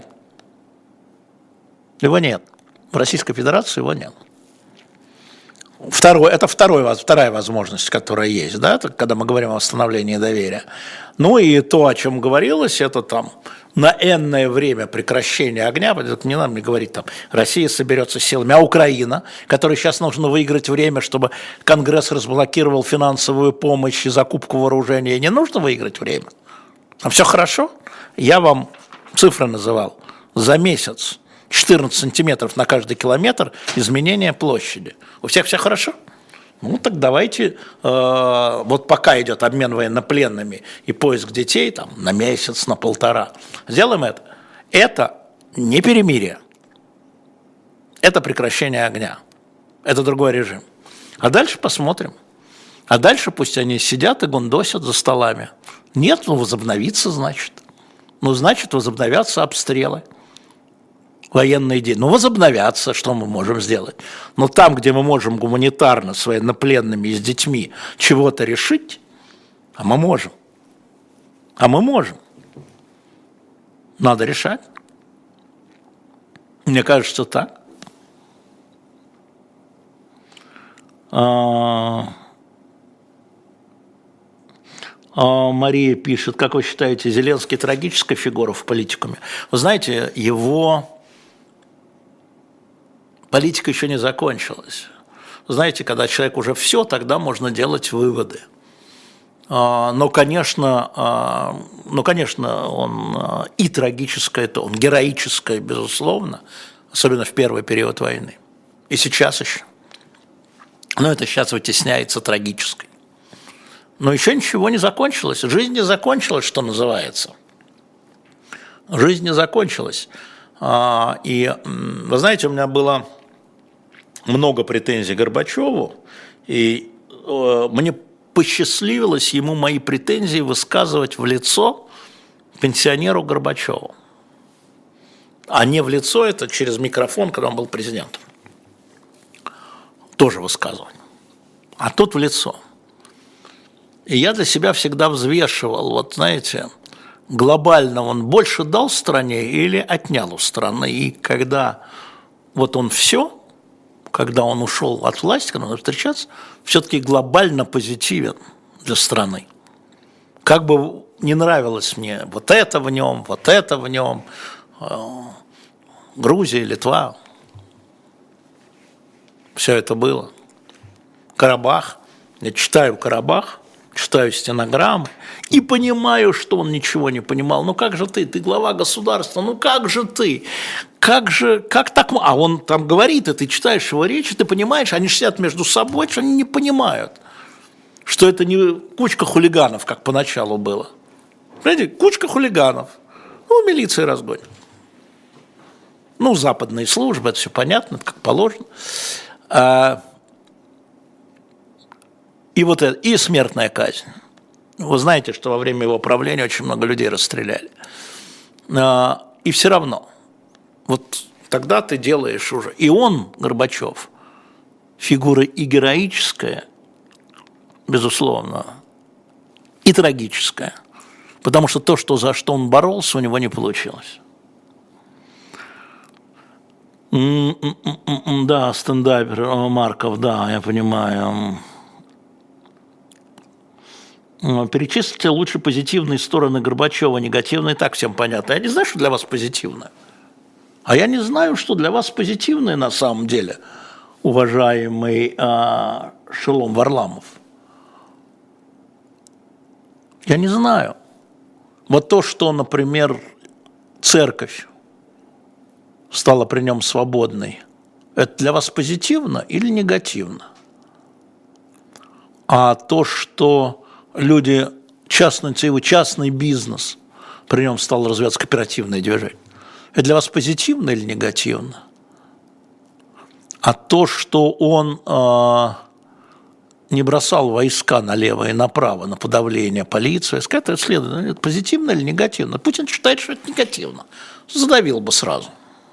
его нет, в Российской Федерации его нет. Второй, это второй, вторая возможность, которая есть, да, это когда мы говорим о восстановлении доверия. Ну и то, о чем говорилось, это там на энное время прекращения огня, не надо мне говорить, там, Россия соберется силами, а Украина, которой сейчас нужно выиграть время, чтобы Конгресс разблокировал финансовую помощь и закупку вооружения, не нужно выиграть время. Там все хорошо. Я вам цифры называл. За месяц четырнадцать сантиметров на каждый километр изменения площади. У всех все хорошо? Ну так давайте, э, вот пока идет обмен военнопленными и поиск детей, там, на месяц, на полтора, сделаем это. Это не перемирие, это прекращение огня, это другой режим. А дальше посмотрим. А дальше пусть они сидят и гундосят за столами. Нет, ну возобновится, значит. Ну, значит, возобновятся обстрелы. Военные действия. Ну, возобновятся, что мы можем сделать. Но там, где мы можем гуманитарно с военнопленными и с детьми чего-то решить, а мы можем. А мы можем. Надо решать. Мне кажется, так. А... А Мария пишет, как вы считаете, Зеленский трагическая фигура в политикуме? Вы знаете, его... Политика еще не закончилась. Знаете, когда человек уже все, тогда можно делать выводы. Но, конечно, но, конечно, он и трагическое, это он героическое, безусловно, особенно в первый период войны. И сейчас еще. Но это сейчас вытесняется трагической. Но еще ничего не закончилось. Жизнь не закончилась, что называется. Жизнь не закончилась. И, вы знаете, у меня было много претензий к Горбачеву, и мне посчастливилось ему мои претензии высказывать в лицо пенсионеру Горбачеву. А не в лицо, это через микрофон, когда он был президентом. Тоже высказывал. А тут в лицо. И я для себя всегда взвешивал, вот знаете, глобально он больше дал стране или отнял у страны. И когда вот он все, когда он ушел от власти, когда он встречаться, все-таки глобально позитивен для страны. Как бы не нравилось мне вот это в нем, вот это в нем, Грузия, Литва, все это было. Карабах, я читаю Карабах, читаю стенограммы и понимаю, что он ничего не понимал. Ну как же ты, ты глава государства, ну как же ты, как же, как так, а он там говорит, и ты читаешь его речь, и ты понимаешь, они сидят между собой, что они не понимают, что это не кучка хулиганов, как поначалу было. Понимаете, кучка хулиганов, ну милиция разгонит. Ну западные службы, это все понятно, как положено. А, И вот это, и смертная казнь. Вы знаете, что во время его правления очень много людей расстреляли. И все равно, вот тогда ты делаешь уже. И он, Горбачев, фигура и героическая, безусловно, и трагическая. Потому что то, что, за что он боролся, у него не получилось. Да, стендапер Марков, да, я понимаю. Перечислите лучше позитивные стороны Горбачева, негативные, так всем понятно. Я не знаю, что для вас позитивное. А я не знаю, что для вас позитивное на самом деле, уважаемый э, Шолом Варламов. Я не знаю. Вот то, что, например, церковь стала при нем свободной, это для вас позитивно или негативно? А то, что люди, частный, частный бизнес, при нем стал развиваться кооперативное движение. Это для вас позитивно или негативно? А то, что он э, не бросал войска налево и направо на подавление полиции, это следует, это позитивно или негативно? Путин считает, что это негативно. Задавил бы сразу.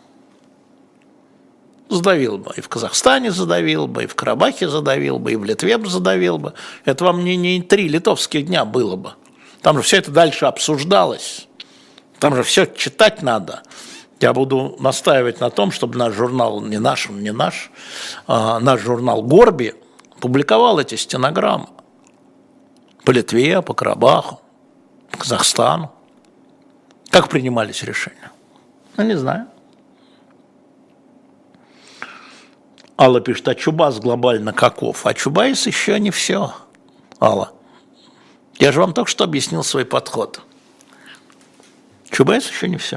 Задавил бы. И в Казахстане задавил бы, и в Карабахе задавил бы, и в Литве бы задавил бы. Это вам не, не три литовских дня было бы. Там же все это дальше обсуждалось. Там же все читать надо. Я буду настаивать на том, чтобы наш журнал, не наш, он не наш, а наш журнал «Горби» публиковал эти стенограммы. По Литве, по Карабаху, по Казахстану. Как принимались решения? Ну, не знаю. Алла пишет, а Чубайс глобально каков? А Чубайс еще не все, Алла. Я же вам только что объяснил свой подход. Чубайс еще не все.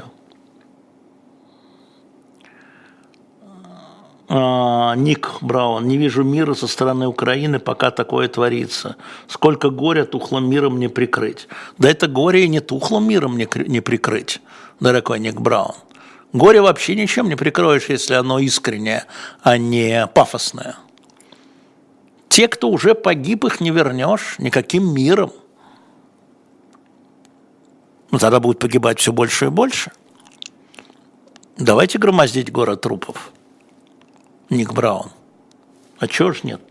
А, Ник Браун. Не вижу мира со стороны Украины, пока такое творится. Сколько горя тухлым миром не прикрыть. Да это горе и не тухлым миром не, не прикрыть, дорогой Ник Браун. Горе вообще ничем не прикроешь, если оно искреннее, а не пафосное. Те, кто уже погиб, их не вернешь никаким миром. Ну, тогда будет погибать все больше и больше. Давайте громоздить город трупов. Ник Браун. А чего ж нет-то?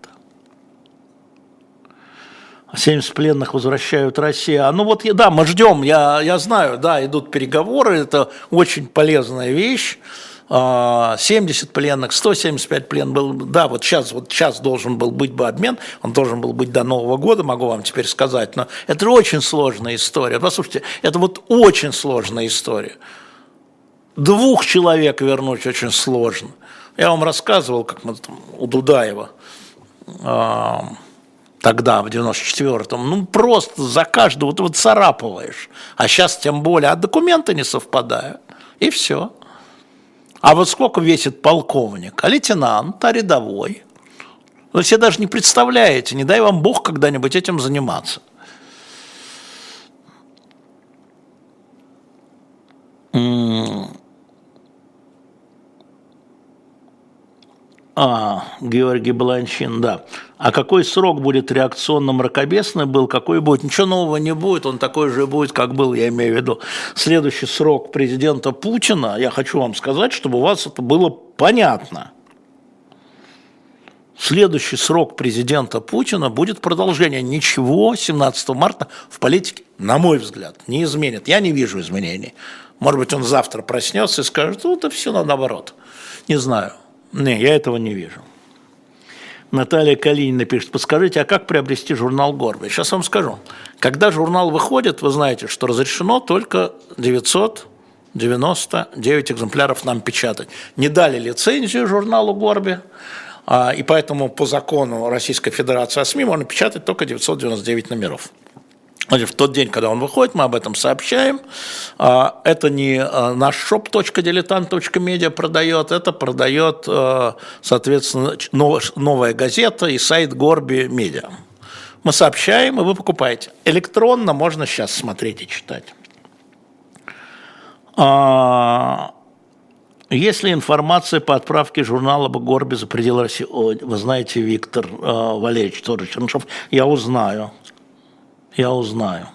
семьдесят пленных возвращают России. А ну вот, да, мы ждем, я, я знаю, да, идут переговоры, это очень полезная вещь. семьдесят пленных, сто семьдесят пять пленных был, да, вот сейчас, вот сейчас должен был быть бы обмен, он должен был быть до Нового года, могу вам теперь сказать, но это очень сложная история. Послушайте, это вот очень сложная история. Двух человек вернуть очень сложно. Я вам рассказывал, как мы там у Дудаева тогда, в девяносто четвёртом, ну просто за каждого ты вот царапываешь, а сейчас тем более, а документы не совпадают, и все. А вот сколько весит полковник, а лейтенант, а рядовой? Вы себе даже не представляете, не дай вам Бог когда-нибудь этим заниматься. А, Георгий Баланчин, да. А какой срок будет реакционно-мракобесный был, какой будет? Ничего нового не будет, он такой же будет, как был, я имею в виду. Следующий срок президента Путина, я хочу вам сказать, чтобы у вас это было понятно. Следующий срок президента Путина будет продолжение. Ничего семнадцатого марта в политике, на мой взгляд, не изменит. Я не вижу изменений. Может быть, он завтра проснется и скажет, ну, это все наоборот. Не знаю. Не, я этого не вижу. Наталья Калинина пишет, подскажите, а как приобрести журнал Горби? Сейчас вам скажу. Когда журнал выходит, вы знаете, что разрешено только девятьсот девяносто девять экземпляров нам печатать. Не дали лицензию журналу Горби, и поэтому по закону Российской Федерации о СМИ можно печатать только девятьсот девяносто девять номеров. В тот день, когда он выходит, мы об этом сообщаем. Это не наш шоп точка дилетант точка медиа продает, это продает, соответственно, новая газета и сайт Горби Медиа. Мы сообщаем, и вы покупаете. Электронно можно сейчас смотреть и читать. Есть ли информация по отправке журнала Горби за пределы России? О, вы знаете, Виктор Валерьевич тоже Чернышов, я узнаю. Я узнаю.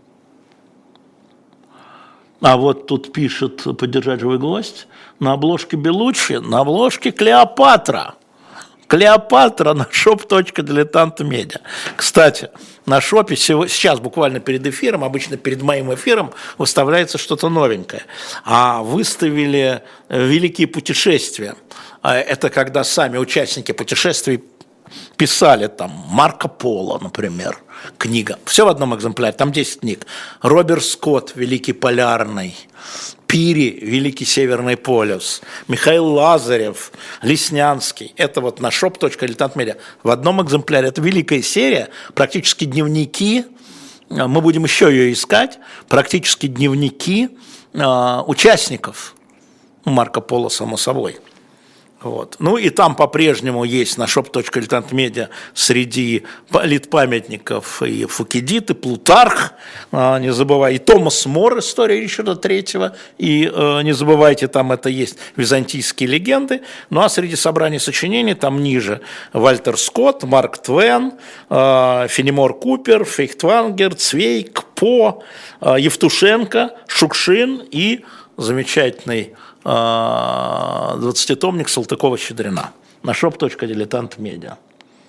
А вот тут пишет, поддержать живой гость, на обложке Белуччи, на обложке Клеопатра. Клеопатра на шоп точка дилетант точка медиа. Кстати, на шопе сейчас, буквально перед эфиром, обычно перед моим эфиром, выставляется что-то новенькое. А выставили «Великие путешествия». Это когда сами участники путешествий писали там Марко Поло, например, книга. Все в одном экземпляре, там десять книг. Роберт Скотт, Великий полярный, Пири, Великий Северный полюс, Михаил Лазарев, Леснянский. Это вот на шоп точка дилетант точка медиа. В одном экземпляре. Это великая серия, практически дневники. Мы будем еще ее искать. Практически дневники э, участников Марко Поло, само собой. Вот. Ну и там по-прежнему есть на шоп точка дилетант точка медиа среди литпамятников и Фукидид, и Плутарх, не забывай, и Томас Мор, история Ричарда Третьего, и не забывайте, там это есть византийские легенды, ну а среди собраний сочинений там ниже Вальтер Скотт, Марк Твен, Фенемор Купер, Фейхтвангер, Цвейк, По, Евтушенко, Шукшин и замечательный двадцатитомник Салтыкова-Щедрина на шоп точка дилетант точка медиа.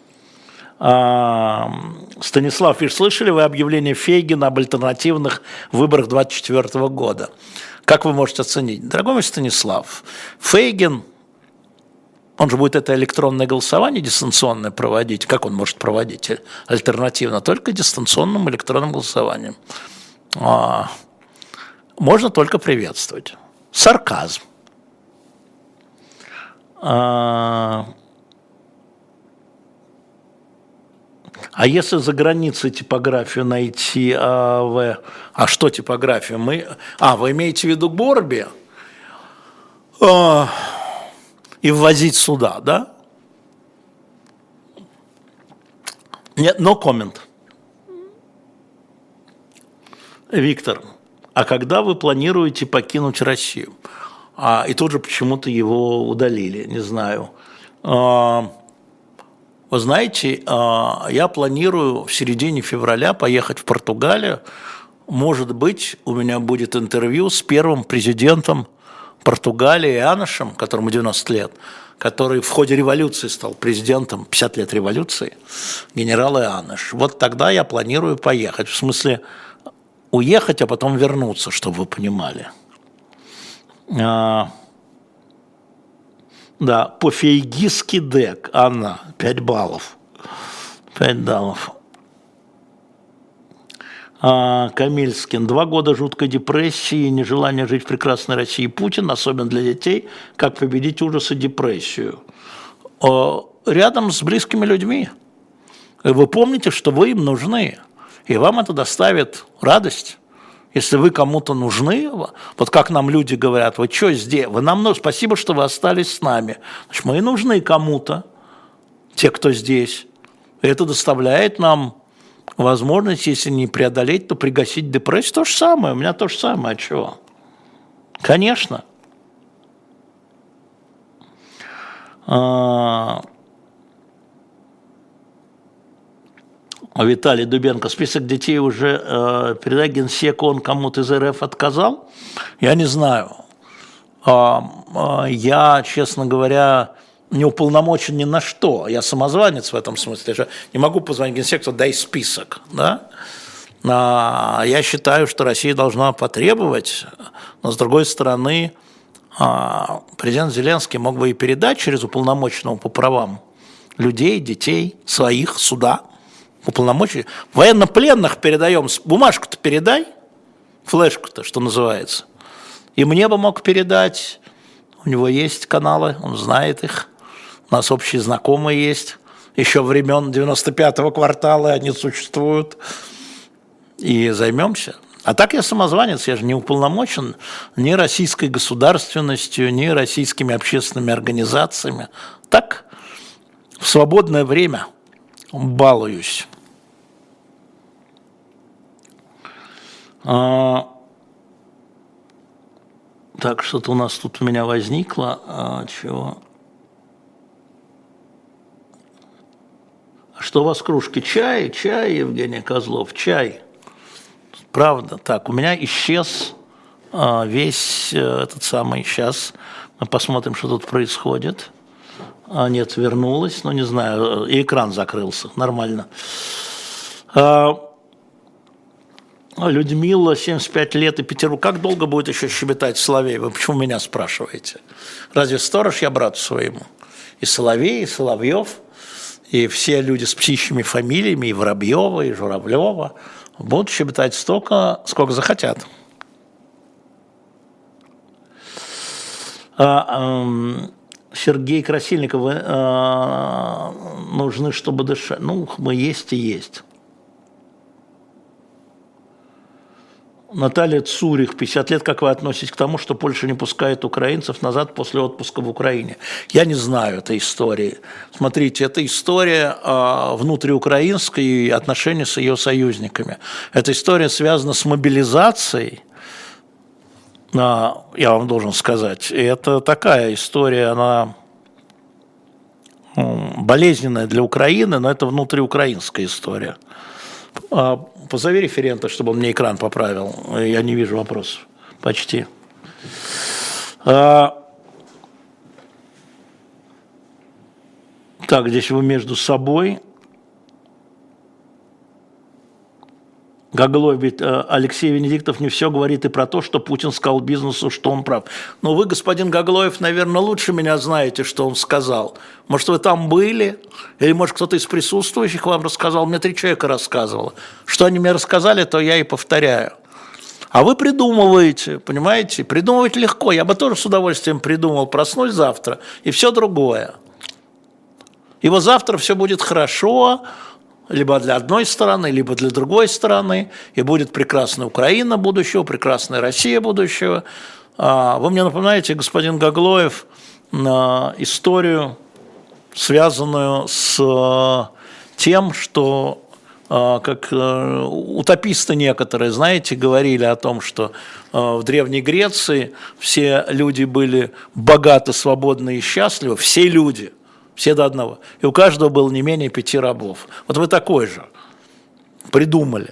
Станислав пишет, слышали вы объявление Фейгина об альтернативных выборах двадцать четвёртого года? Как вы можете оценить? Дорогой мой Станислав, Фейгин, он же будет это электронное голосование дистанционное проводить. Как он может проводить альтернативно? Только дистанционным электронным голосованием. Можно только приветствовать. Сарказм. А, а если за границей типографию найти, а, в, а что типографию? Мы, а, вы имеете в виду Горби? А, и ввозить сюда, да? Нет, no comment. Виктор, а когда вы планируете покинуть Россию? А, и тут же почему-то его удалили, не знаю. А, вы знаете, а, я планирую в середине февраля поехать в Португалию. Может быть, у меня будет интервью с первым президентом Португалии Ианошем, которому девяносто лет, который в ходе революции стал президентом, пятьдесят лет революции, генерал Ианош. Вот тогда я планирую поехать, в смысле уехать, а потом вернуться, чтобы вы понимали. А, да, пофейгистский дек, Анна, пять баллов. пять баллов. А, Камильскин, два года жуткой депрессии и нежелание жить в прекрасной России. Путин, особенно для детей, как победить ужас и депрессию. А, рядом с близкими людьми. Вы помните, что вы им нужны, и вам это доставит радость. Если вы кому-то нужны, вот как нам люди говорят, вы что здесь, вы нам нужны, спасибо, что вы остались с нами. Значит, мы и нужны кому-то. те, кто здесь. Это доставляет нам возможность, если не преодолеть, то пригасить депрессию. То же самое, у меня то же самое, а чего? Конечно. Виталий Дубенко, список детей уже э, передай Генсеку, он кому-то из РФ отказал? Я не знаю. Э, э, я, честно говоря, не уполномочен ни на что. Я самозванец в этом смысле. Я не могу позвонить Генсеку, дай список. Да? А, я считаю, что Россия должна потребовать, но с другой стороны, а, президент Зеленский мог бы и передать через уполномоченного по правам людей, детей, своих, суда. Уполномоченный. Военнопленных передаем, бумажку-то передай, флешку-то, что называется. И мне бы мог передать, у него есть каналы, он знает их, у нас общие знакомые есть, еще времен девяносто пятого квартала они существуют, и займемся. А так я самозванец, я же не уполномочен ни российской государственностью, ни российскими общественными организациями. Так, в свободное время балуюсь. А, так, что-то у нас тут у меня возникло. А, чего? Что у вас в кружке? Чай? Чай, Евгений Козлов, чай. Правда. Так, у меня исчез а, весь а, этот самый. Сейчас мы посмотрим, что тут происходит. А, нет, вернулась, но не знаю, и экран закрылся. Нормально. А, Людмила, семьдесят пять лет и Петербург. Как долго будет еще щебетать Соловей? Вы почему меня спрашиваете? Разве сторож я брату своему? И Соловей, и Соловьев, и все люди с птичьими фамилиями, и Воробьева, и Журавлева будут щебетать столько, сколько захотят. А, эм, Сергей Красильников, вы э, нужны, чтобы дышать. Ну, мы есть и есть. Наталья Цурих, пятьдесят лет, как вы относитесь к тому, что Польша не пускает украинцев назад после отпуска в Украине? Я не знаю этой истории. Смотрите, это история э, внутриукраинской и отношения с ее союзниками. Эта история связана с мобилизацией, э, я вам должен сказать. И это такая история, она э, болезненная для Украины, но это внутриукраинская история. Позови референта, чтобы он мне экран поправил. Я не вижу вопросов. Почти. Так, здесь вы между собой. Гаглой, ведь Алексей Венедиктов не все говорит и про то, что Путин сказал бизнесу, что он прав. Но вы, господин Гаглоев, наверное, лучше меня знаете, что он сказал. Может, вы там были? Или, может, кто-то из присутствующих вам рассказал? Мне три человека рассказывало. Что они мне рассказали, то я и повторяю. А вы придумываете, понимаете? Придумывать легко. Я бы тоже с удовольствием придумал. Проснусь завтра и все другое. И вот завтра все будет хорошо, либо для одной стороны, либо для другой стороны, и будет прекрасная Украина будущего, прекрасная Россия будущего. Вы мне напоминаете, господин Гаглоев, историю, связанную с тем, что, как утописты некоторые, знаете, говорили о том, что в Древней Греции все люди были богаты, свободны и счастливы, все люди, все до одного. И у каждого было не менее пяти рабов. Вот вы такой же придумали.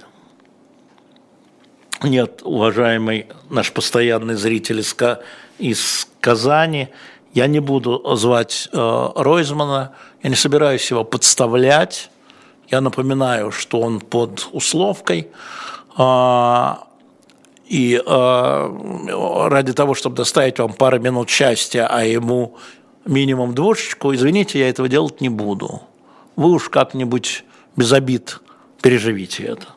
Нет, уважаемый наш постоянный зритель из, из Казани, я не буду звать э, Ройзмана, я не собираюсь его подставлять. Я напоминаю, что он под условкой. Э, и э, ради того, чтобы доставить вам пару минут счастья, а ему минимум двушечку, извините, я этого делать не буду. Вы уж как-нибудь без обид переживите это.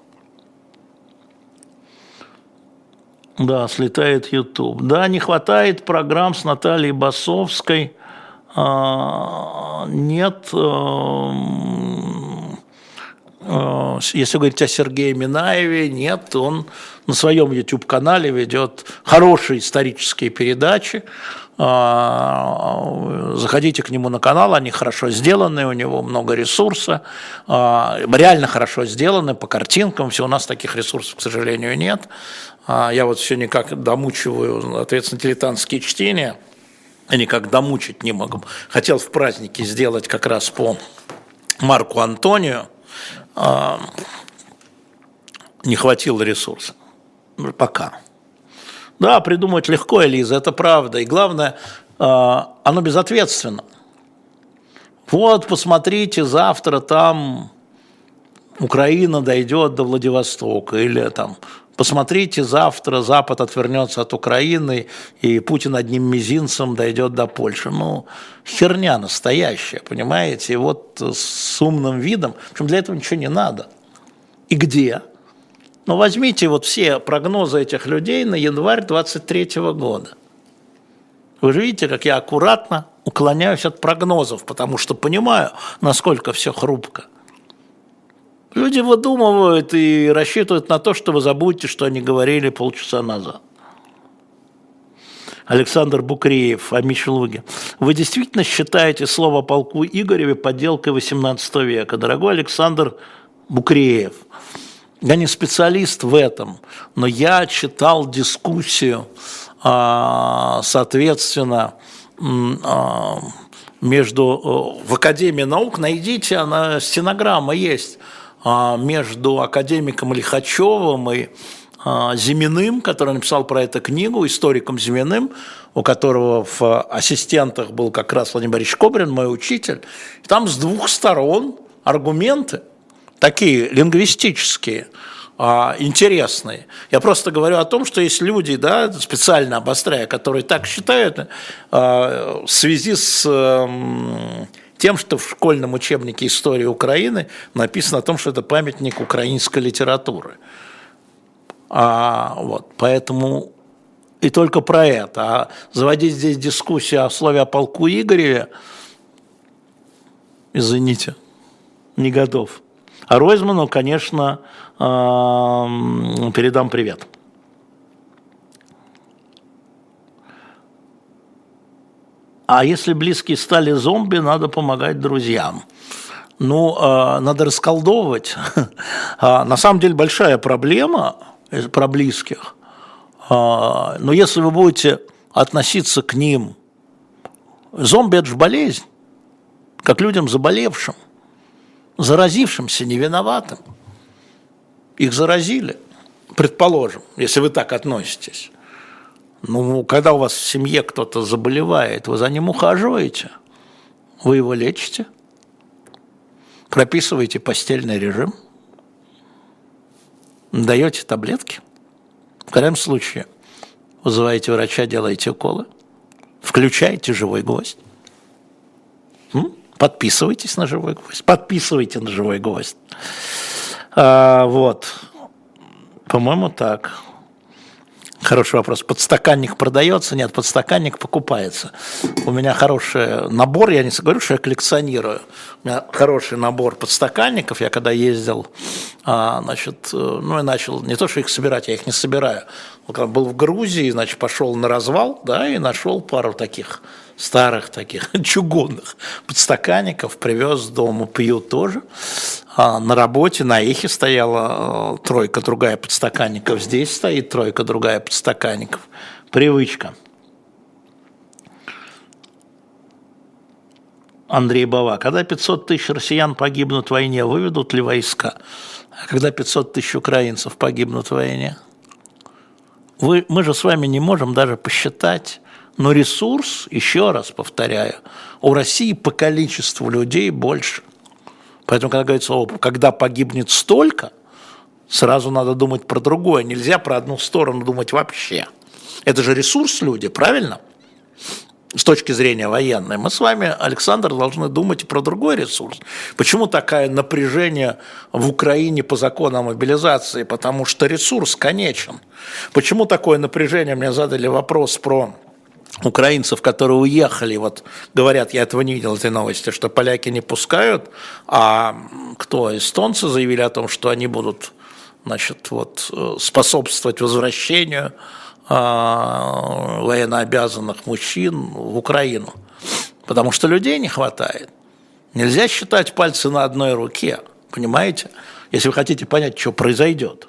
Да, слетает YouTube. Да, не хватает программ с Натальей Басовской. А, нет, Если говорить о Сергее Минаеве, нет, он на своем YouTube-канале ведет хорошие исторические передачи. Заходите к нему на канал, они хорошо сделаны, у него много ресурса, реально хорошо сделаны по картинкам, все, у нас таких ресурсов, к сожалению, нет. Я вот все никак домучиваю, соответственно, дилетантские чтения, я никак домучить не могу. Хотел в празднике сделать как раз по Марку Антонию, не хватило ресурса. Пока. Да, придумать легко, Элиза, это правда. И главное, оно безответственно. Вот, посмотрите, завтра там Украина дойдет до Владивостока. Или там, посмотрите, завтра Запад отвернется от Украины, и Путин одним мизинцем дойдет до Польши. Ну, херня настоящая, понимаете? И вот с умным видом, причем для этого ничего не надо. И где? Ну, возьмите вот все прогнозы этих людей на январь двадцать третьего года. Вы же видите, как я аккуратно уклоняюсь от прогнозов, потому что понимаю, насколько все хрупко. Люди выдумывают и рассчитывают на то, что вы забудете, что они говорили полчаса назад. Александр Букреев о Мичелуге. Вы действительно считаете слово о полку Игореве подделкой восемнадцатого века? Дорогой Александр Букреев, я не специалист в этом, но я читал дискуссию, соответственно, между, в Академии наук, найдите, она, стенограмма есть, между академиком Лихачевым и Зиминым, который написал про эту книгу, историком Зиминым, у которого в ассистентах был как раз Владимир Борисович Кобрин, мой учитель. Там с двух сторон аргументы, такие лингвистические, интересные. Я просто говорю о том, что есть люди, да, специально обостряя, которые так считают, в связи с тем, что в школьном учебнике истории Украины написано о том, что это памятник украинской литературы. А, вот, поэтому и только про это. А заводить здесь дискуссию о слове о полку Игореве, извините, не готов. А Ройзману, конечно, передам привет. А если близкие стали зомби, надо помогать друзьям. Ну, надо расколдовывать. На самом деле большая проблема про близких. Но если вы будете относиться к ним, зомби – это же болезнь, как людям заболевшим, заразившимся, невиноватым. Их заразили, предположим, если вы так относитесь. Ну, когда у вас в семье кто-то заболевает, вы за ним ухаживаете, вы его лечите, прописываете постельный режим, даете таблетки, в крайнем случае вызываете врача, делаете уколы, включаете живой гвоздь. М? Подписывайтесь на живой гвоздь. Подписывайте на живой гвоздь. А, вот. По-моему, так. Хороший вопрос. Подстаканник продается? Нет, подстаканник покупается. У меня хороший набор, я не говорю, что я коллекционирую. У меня хороший набор подстаканников. Я когда ездил, а, значит, ну, я начал не то, что их собирать, я их не собираю. Когда был в Грузии, значит, пошел на развал, да, и нашел пару таких старых таких чугунных подстаканников, привез дома, пью тоже. А на работе на эхе стояла тройка другая подстаканников, здесь стоит тройка другая подстаканников. Привычка. Андрей Бава. Когда пятьсот тысяч россиян погибнут в войне, выведут ли войска? А когда пятьсот тысяч украинцев погибнут в войне? Вы, мы же с вами не можем даже посчитать, но ресурс, еще раз повторяю, у России по количеству людей больше. Поэтому, когда говорится, о, когда погибнет столько, сразу надо думать про другое. Нельзя про одну сторону думать вообще. Это же ресурс люди, правильно? С точки зрения военной. Мы с вами, Александр, должны думать и про другой ресурс. Почему такое напряжение в Украине по закону о мобилизации? Потому что ресурс конечен. Почему такое напряжение? Мне задали вопрос про украинцев, которые уехали, вот говорят, я этого не видел, этой новости, что поляки не пускают, а кто, эстонцы заявили о том, что они будут, значит, вот, способствовать возвращению э, военнообязанных мужчин в Украину, потому что людей не хватает. Нельзя считать пальцы на одной руке, понимаете, если вы хотите понять, что произойдет.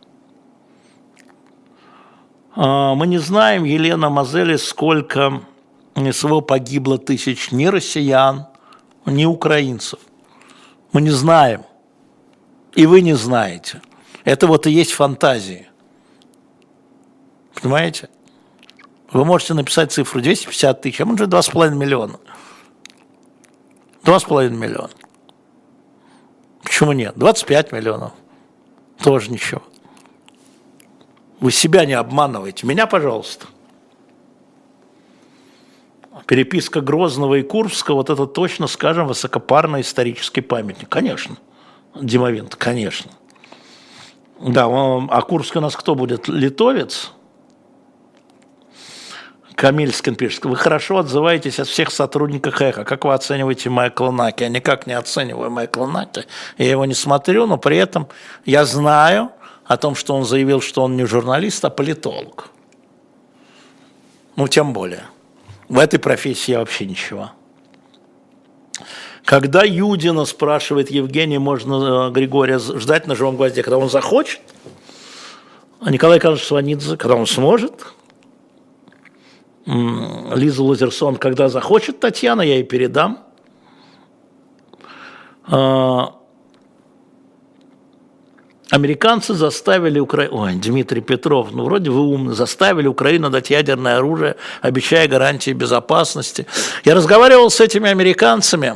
Мы не знаем, Елена Мазели, сколько всего погибло тысяч ни россиян, ни украинцев. Мы не знаем. И вы не знаете. Это вот и есть фантазии. Понимаете? Вы можете написать цифру двести пятьдесят тысяч, а может быть два с половиной миллиона. два с половиной миллиона. Почему нет? двадцать пять миллионов. Тоже ничего. Вы себя не обманываете. Меня, пожалуйста. Переписка Грозного и Курбского, вот это точно, скажем, высокопарный исторический памятник. Конечно. Димовент, конечно. Да, а Курбский у нас кто будет? Литовец? Камильскин пишет, вы хорошо отзываетесь от всех сотрудников «Эхо». Как вы оцениваете Майкла Наки? Я никак не оцениваю Майкла Наки. Я его не смотрю, но при этом я знаю о том, что он заявил, что он не журналист, а политолог. Ну, тем более. В этой профессии я вообще ничего. Когда Юдина, спрашивает Евгений, можно Григория ждать на живом гвозде, когда он захочет? А Николай Карлович Сванидзе, когда он сможет? Лиза Лазерсон, когда захочет Татьяна, я ей передам. Американцы заставили Украину, ой, Дмитрий Петров, ну вроде вы умный, заставили Украину дать ядерное оружие, обещая гарантии безопасности. Я разговаривал с этими американцами,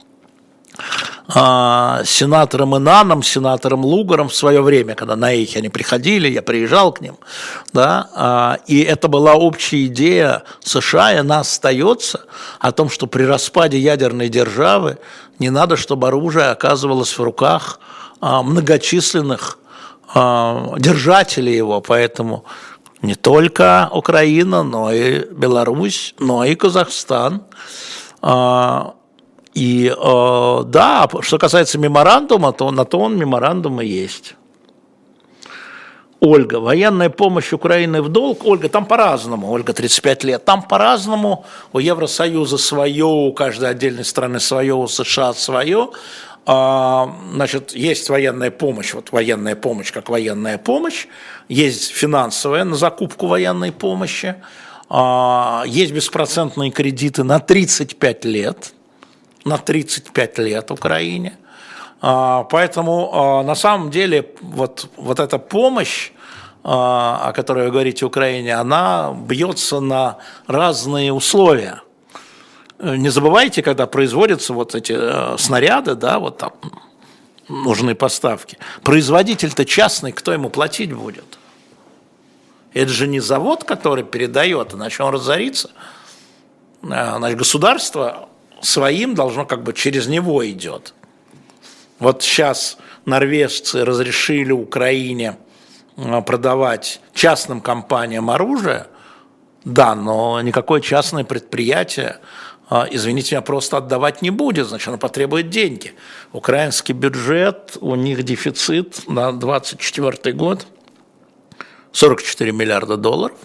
э, сенатором Инаном, сенатором Лугаром в свое время, когда на Эхе они приходили, я приезжал к ним, да, э, и это была общая идея США, и она остается, о том, что при распаде ядерной державы не надо, чтобы оружие оказывалось в руках многочисленных э, держателей его, поэтому не только Украина, но и Беларусь, но и Казахстан. Э, и э, да, что касается меморандума, то на то он меморандум и есть. Ольга, военная помощь Украины в долг. Ольга, там по-разному, Ольга, тридцать пять лет, там по-разному, у Евросоюза свое, у каждой отдельной страны свое, у США свое. Значит, есть военная помощь, вот военная помощь как военная помощь, есть финансовая на закупку военной помощи, есть беспроцентные кредиты на тридцать пять лет, на тридцать пять лет Украине. Поэтому на самом деле вот, вот эта помощь, о которой вы говорите Украине, она бьется на разные условия. Не забывайте, когда производятся вот эти э, снаряды, да, вот там нужны поставки. Производитель-то частный, кто ему платить будет? Это же не завод, который передает, иначе он разорится. Значит, государство своим должно как бы через него идет. Вот сейчас норвежцы разрешили Украине продавать частным компаниям оружие, да, но никакое частное предприятие, извините меня, просто отдавать не будет, значит, оно потребует деньги. Украинский бюджет, у них дефицит на двадцать четвёртый год сорок четыре миллиарда долларов.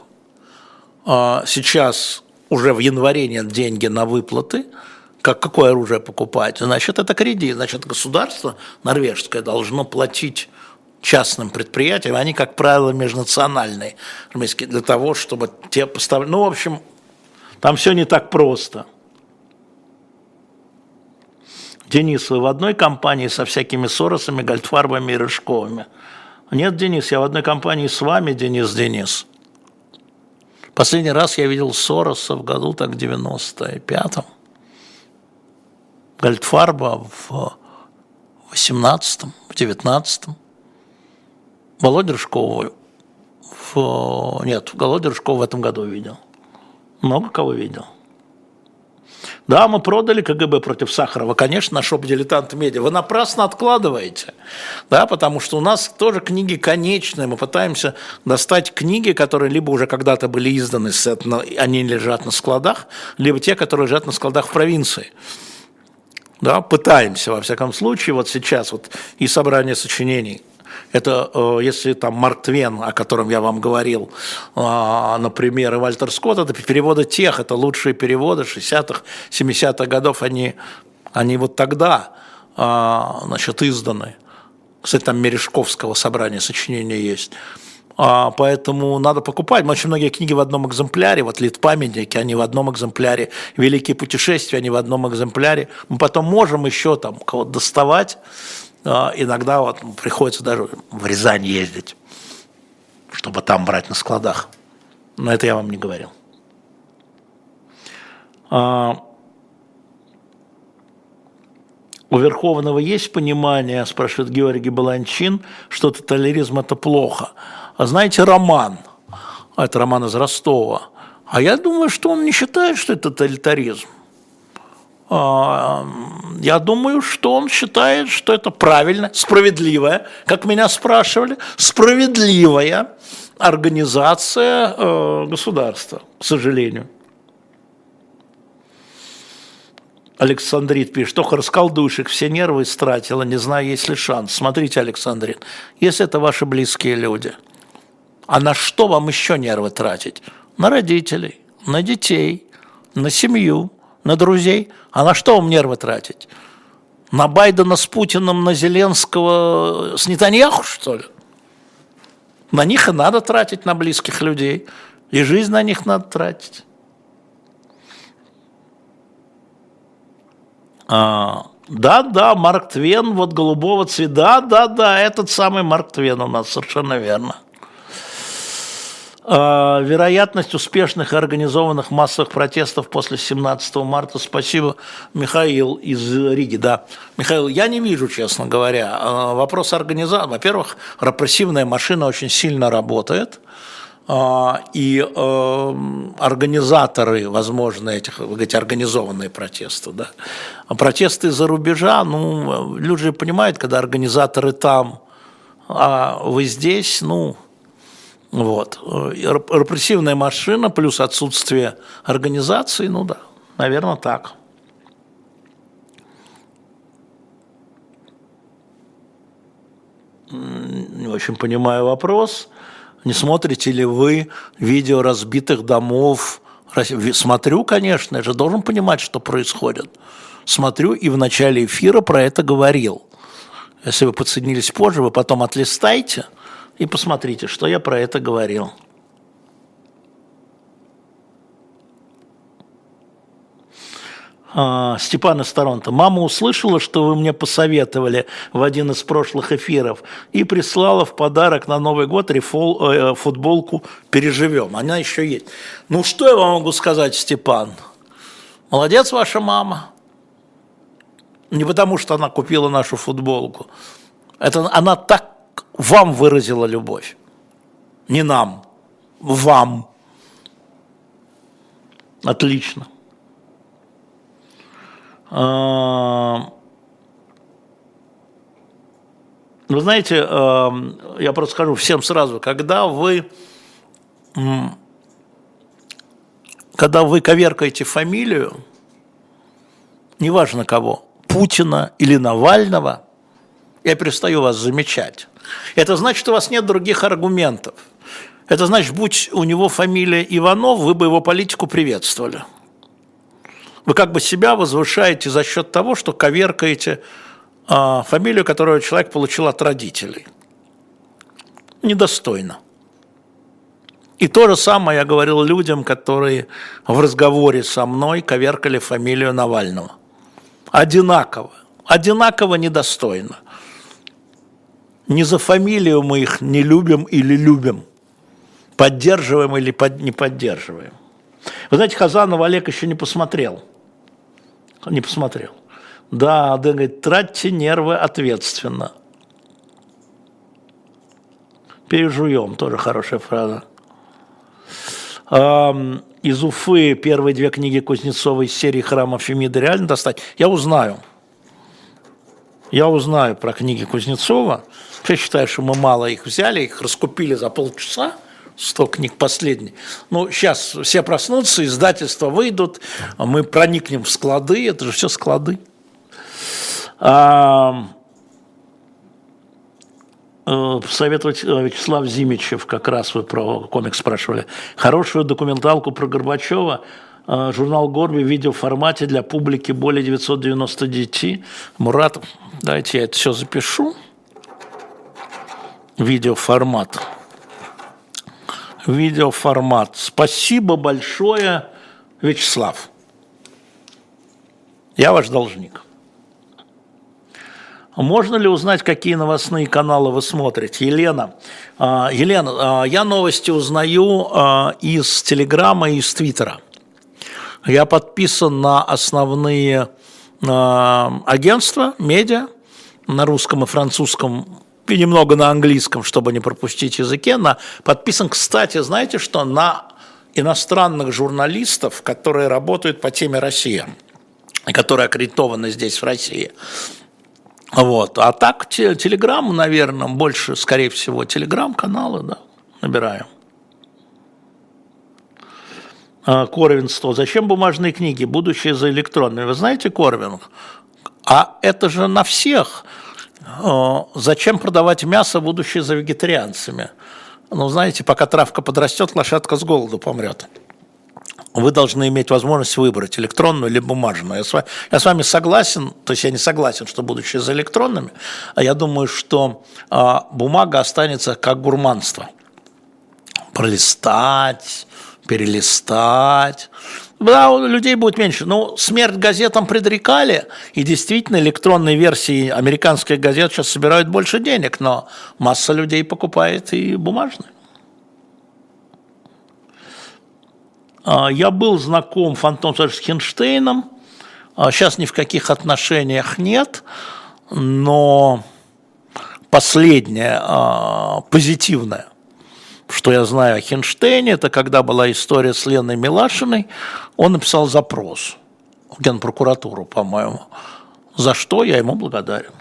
Сейчас уже в январе нет деньги на выплаты. Как, какое оружие покупать? Значит, это кредит. Значит, государство норвежское должно платить частным предприятиям, они, как правило, межнациональные, для того, чтобы те поставили. Ну, в общем, там все не так просто. Денис, вы в одной компании со всякими Соросами, Гольдфарбами и Рыжковыми? Нет, Денис, я в одной компании с вами, Денис, Денис. Последний раз я видел Сороса в году так в девяносто пятом. Гольдфарба в восемнадцатом, в девятнадцатом. Володю Рыжкову в... Нет, Володю Рыжкову в этом году видел. Много кого видел. Да, мы продали КГБ против Сахарова, конечно, на шоп-дилетант медиа. Вы напрасно откладываете, да, потому что у нас тоже книги конечные. Мы пытаемся достать книги, которые либо уже когда-то были изданы, они лежат на складах, либо те, которые лежат на складах в провинции. Да, пытаемся, во всяком случае, вот сейчас вот и собрание сочинений. Это, если там Марк Твен, о котором я вам говорил, например, и Вальтер Скотт, это переводы тех, это лучшие переводы шестидесятых, семидесятых годов, они, они вот тогда, значит, изданы. Кстати, там Мережковского собрания сочинения есть. Поэтому надо покупать. Очень многие книги в одном экземпляре, вот Литпамятники, они в одном экземпляре, Великие путешествия, они в одном экземпляре. Мы потом можем еще там кого-то доставать. Иногда вот приходится даже в Рязань ездить, чтобы там брать на складах. Но это я вам не говорил. У Верховного есть понимание, спрашивает Георгий Баланчин, что тоталитаризм – это плохо. А знаете, Роман, это Роман из Ростова, а я думаю, что он не считает, что это тоталитаризм. Я думаю, что он считает, что это правильно, справедливая, как меня спрашивали, справедливая организация государства, к сожалению. Александрит пишет, что расколдуешь их, все нервы истратила, не знаю, есть ли шанс. Смотрите, Александрит, если это ваши близкие люди, а на что вам еще нервы тратить? На родителей, на детей, на семью, на друзей. А на что вам нервы тратить? На Байдена с Путиным, на Зеленского с Нетаньяху, что ли? На них и надо тратить, на близких людей. И жизнь на них надо тратить. А, да, да, Марк Твен, вот голубого цвета, да, да, да, этот самый Марк Твен у нас, совершенно верно. А, вероятность успешных и организованных массовых протестов после семнадцатого марта, спасибо, Михаил из Риги, да. Михаил, я не вижу, честно говоря, вопрос организации, во-первых, репрессивная машина очень сильно работает, и э, организаторы, возможно, этих, вы говорите, организованные протесты, да, а протесты из-за рубежа, ну, люди же понимают, когда организаторы там, а вы здесь, ну, вот, репрессивная машина плюс отсутствие организации, ну да, наверное, так. Не очень понимаю вопрос. Не смотрите ли вы видео разбитых домов? Смотрю, конечно, я же должен понимать, что происходит. Смотрю, и в начале эфира про это говорил. Если вы подсоединились позже, вы потом отлистайте и посмотрите, что я про это говорил. Степан из Торонто. Мама услышала, что вы мне посоветовали в один из прошлых эфиров и прислала в подарок на Новый год рефол, э, футболку «Переживем». Она еще есть. Ну, что я вам могу сказать, Степан? Молодец ваша мама. Не потому, что она купила нашу футболку. Это она так вам выразила любовь. Не нам. Вам. Отлично. Вы знаете, я просто скажу всем сразу, когда вы, когда вы коверкаете фамилию, неважно кого, Путина или Навального, я перестаю вас замечать. Это значит, у вас нет других аргументов. Это значит, будь у него фамилия Иванов, вы бы его политику приветствовали. Вы как бы себя возвышаете за счет того, что коверкаете а, фамилию, которую человек получил от родителей. Недостойно. И то же самое я говорил людям, которые в разговоре со мной коверкали фамилию Навального. Одинаково. Одинаково недостойно. Не за фамилию мы их не любим или любим. Поддерживаем или под, не поддерживаем. Вы знаете, Хазанов Олег еще не посмотрел. Не посмотрел. Да, Дэн говорит, тратьте нервы ответственно. Пережуем, тоже хорошая фраза. из Уфы первые две книги Кузнецова из серии «Храма Фемиды» реально достать? Я узнаю. Я узнаю про книги Кузнецова. Я считаю, что мы мало их взяли, их раскупили за полчаса. сто книг последний. Ну, сейчас все проснутся, издательства выйдут, мы проникнем в склады, это же все склады. А, советовать Вячеслав Зимичев, как раз вы про комикс спрашивали, хорошую документалку про Горбачева, журнал «Горби» в видеоформате для публики более девятьсот девяносто детей. Мурат, дайте я это все запишу. Видеоформат. Видеоформат. Спасибо большое, Вячеслав. Я ваш должник. Можно ли узнать, какие новостные каналы вы смотрите? Елена, Елена, я новости узнаю из Телеграма и из Твиттера. Я подписан на основные агентства, медиа, на русском и французском, и немного на английском, чтобы не пропустить языки. На, подписан, кстати, знаете что, на иностранных журналистов, которые работают по теме Россия, которые аккредитованы здесь, в России. Вот. А так, Телеграм, наверное, больше, скорее всего, Телеграм-каналы, да, набираем. Корвин сто. Зачем бумажные книги? Будущее за электронные. Вы знаете, Корвин? А это же на всех. Зачем продавать мясо, будущее за вегетарианцами? Ну, знаете, пока травка подрастет, лошадка с голоду помрет. Вы должны иметь возможность выбрать электронную или бумажную. Я с вами, я с вами согласен, то есть я не согласен, что будущее за электронными, а я думаю, что а, бумага останется как гурманство. Пролистать, перелистать. Да, у людей будет меньше. Ну, смерть газетам предрекали, и действительно электронные версии американских газет сейчас собирают больше денег, но масса людей покупает и бумажные. Я был знаком Фантом с Хинштейном, сейчас ни в каких отношениях нет, но последнее позитивное, что я знаю о Хинштейне, это когда была история с Леной Милашиной, он написал запрос в Генпрокуратуру, по-моему, за что я ему благодарен.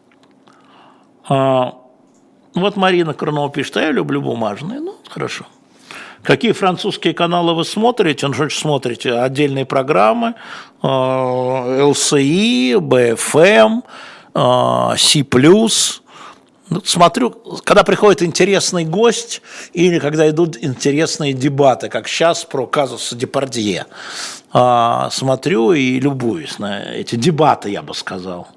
Вот Марина Корнова пишет, а я люблю бумажные, ну, хорошо. Какие французские каналы вы смотрите? Ну, что смотрите? Отдельные программы, эл си и, бэ эф эм, Си плюс. Смотрю, когда приходит интересный гость или когда идут интересные дебаты, как сейчас про казус Депардье. Смотрю и любуюсь на эти дебаты, я бы сказал.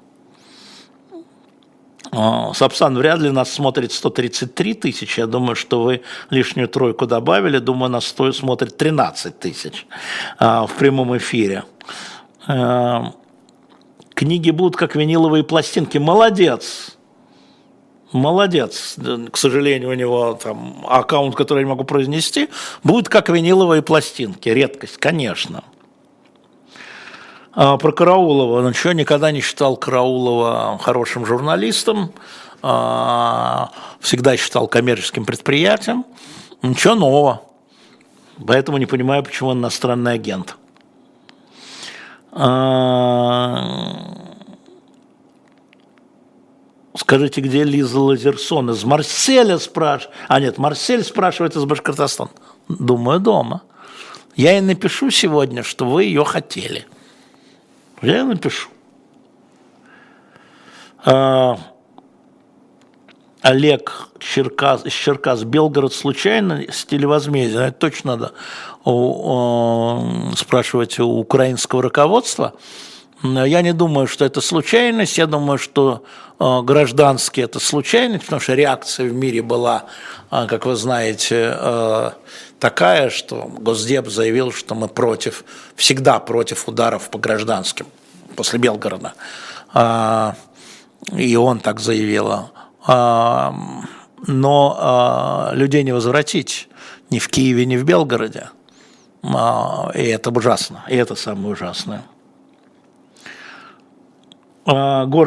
Сапсан, вряд ли нас смотрит сто тридцать три тысячи. Я думаю, что вы лишнюю тройку добавили. Думаю, нас стоит смотрит тринадцать тысяч в прямом эфире. Книги будут как виниловые пластинки. Молодец. Молодец. К сожалению, у него там аккаунт, который я не могу произнести, будет как виниловые пластинки. Редкость, конечно. А, про Караулова. Ну что, никогда не считал Караулова хорошим журналистом. А, всегда считал коммерческим предприятием. Ничего нового. Поэтому не понимаю, почему он иностранный агент. А, скажите, где Лиза Лазерсон? Из Марселя спрашивает. А нет, Марсель спрашивает из Башкортостана. Думаю, дома. Я ей напишу сегодня, что вы ее хотели. Я ей напишу. А, Олег Черкас, из Черкас, Белгород случайно стиль возмездия? Это точно надо у, у, спрашивать у украинского руководства. Я не думаю, что это случайность, я думаю, что э, гражданский это случайность, потому что реакция в мире была, э, как вы знаете, э, такая, что Госдеп заявил, что мы против, всегда против ударов по гражданским после Белгорода. Э, и он так заявил. Э, но э, людей не возвратить ни в Киеве, ни в Белгороде. Э, и это ужасно, и это самое ужасное.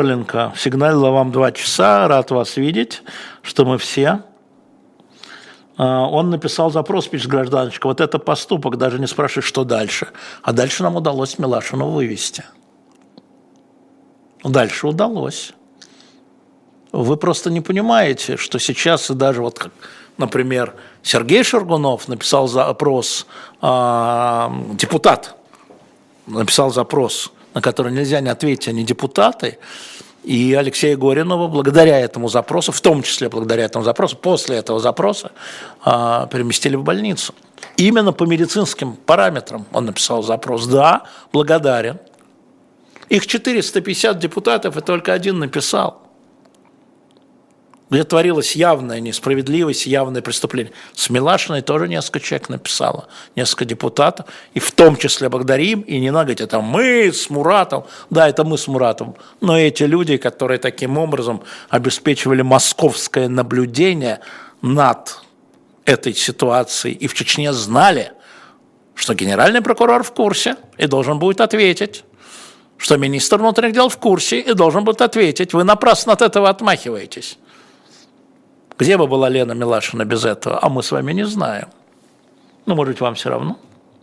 Горленко, сигналила вам два часа, рад вас видеть, что мы все. Он написал запрос, пишет гражданочка, вот это поступок, даже не спрашивай, что дальше. А дальше нам удалось Милашину вывести. Дальше удалось. Вы просто не понимаете, что сейчас и даже вот, как, например, Сергей Шаргунов написал запрос, э, депутат написал запрос, на который нельзя не ответить, они депутаты, и Алексея Горинова благодаря этому запросу, в том числе благодаря этому запросу, после этого запроса э, переместили в больницу. Именно по медицинским параметрам он написал запрос. Да, благодарен. Их четыреста пятьдесят депутатов, и только один написал. Где творилась явная несправедливость, явное преступление. С Милашиной тоже несколько человек написало, несколько депутатов, и в том числе благодарим, и не надо говорить, это мы с Муратом, да, это мы с Муратом, но эти люди, которые таким образом обеспечивали московское наблюдение над этой ситуацией, и в Чечне знали, что генеральный прокурор в курсе и должен будет ответить, что министр внутренних дел в курсе и должен будет ответить, вы напрасно от этого отмахиваетесь. Где бы была Лена Милашина без этого? А мы с вами не знаем. Ну, может быть, вам все равно.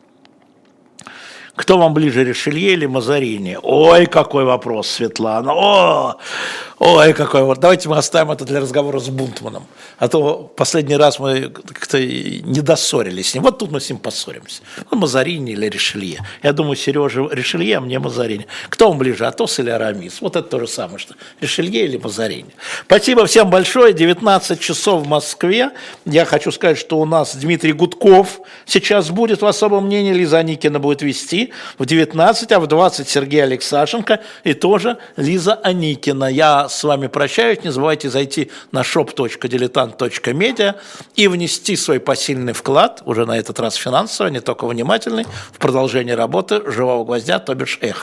Кто вам ближе, Ришелье или Мазарини? Ой, какой вопрос, Светлана. О, ой, какой вопрос. Давайте мы оставим это для разговора с Бунтманом. А то последний раз мы как-то не доссорились с ним. Вот тут мы с ним поссоримся. Ну, Мазарини или Ришелье. Я думаю, Сережа Ришелье, а мне Мазарини. Кто вам ближе, Атос или Арамис? Вот это то же самое, что Ришелье или Мазарини. Спасибо всем большое. девятнадцать часов в Москве. Я хочу сказать, что у нас Дмитрий Гудков сейчас будет в особом мнении. Лиза Аникина будет вести в девятнадцать, а в двадцать Сергей Алексашенко и тоже Лиза Аникина. Я с вами прощаюсь. Не забывайте зайти на шоп точка дилетант точка медиа и внести свой посильный вклад, уже на этот раз финансовый, не только внимательный, в продолжение работы «Живого гвоздя», то бишь «Эхо».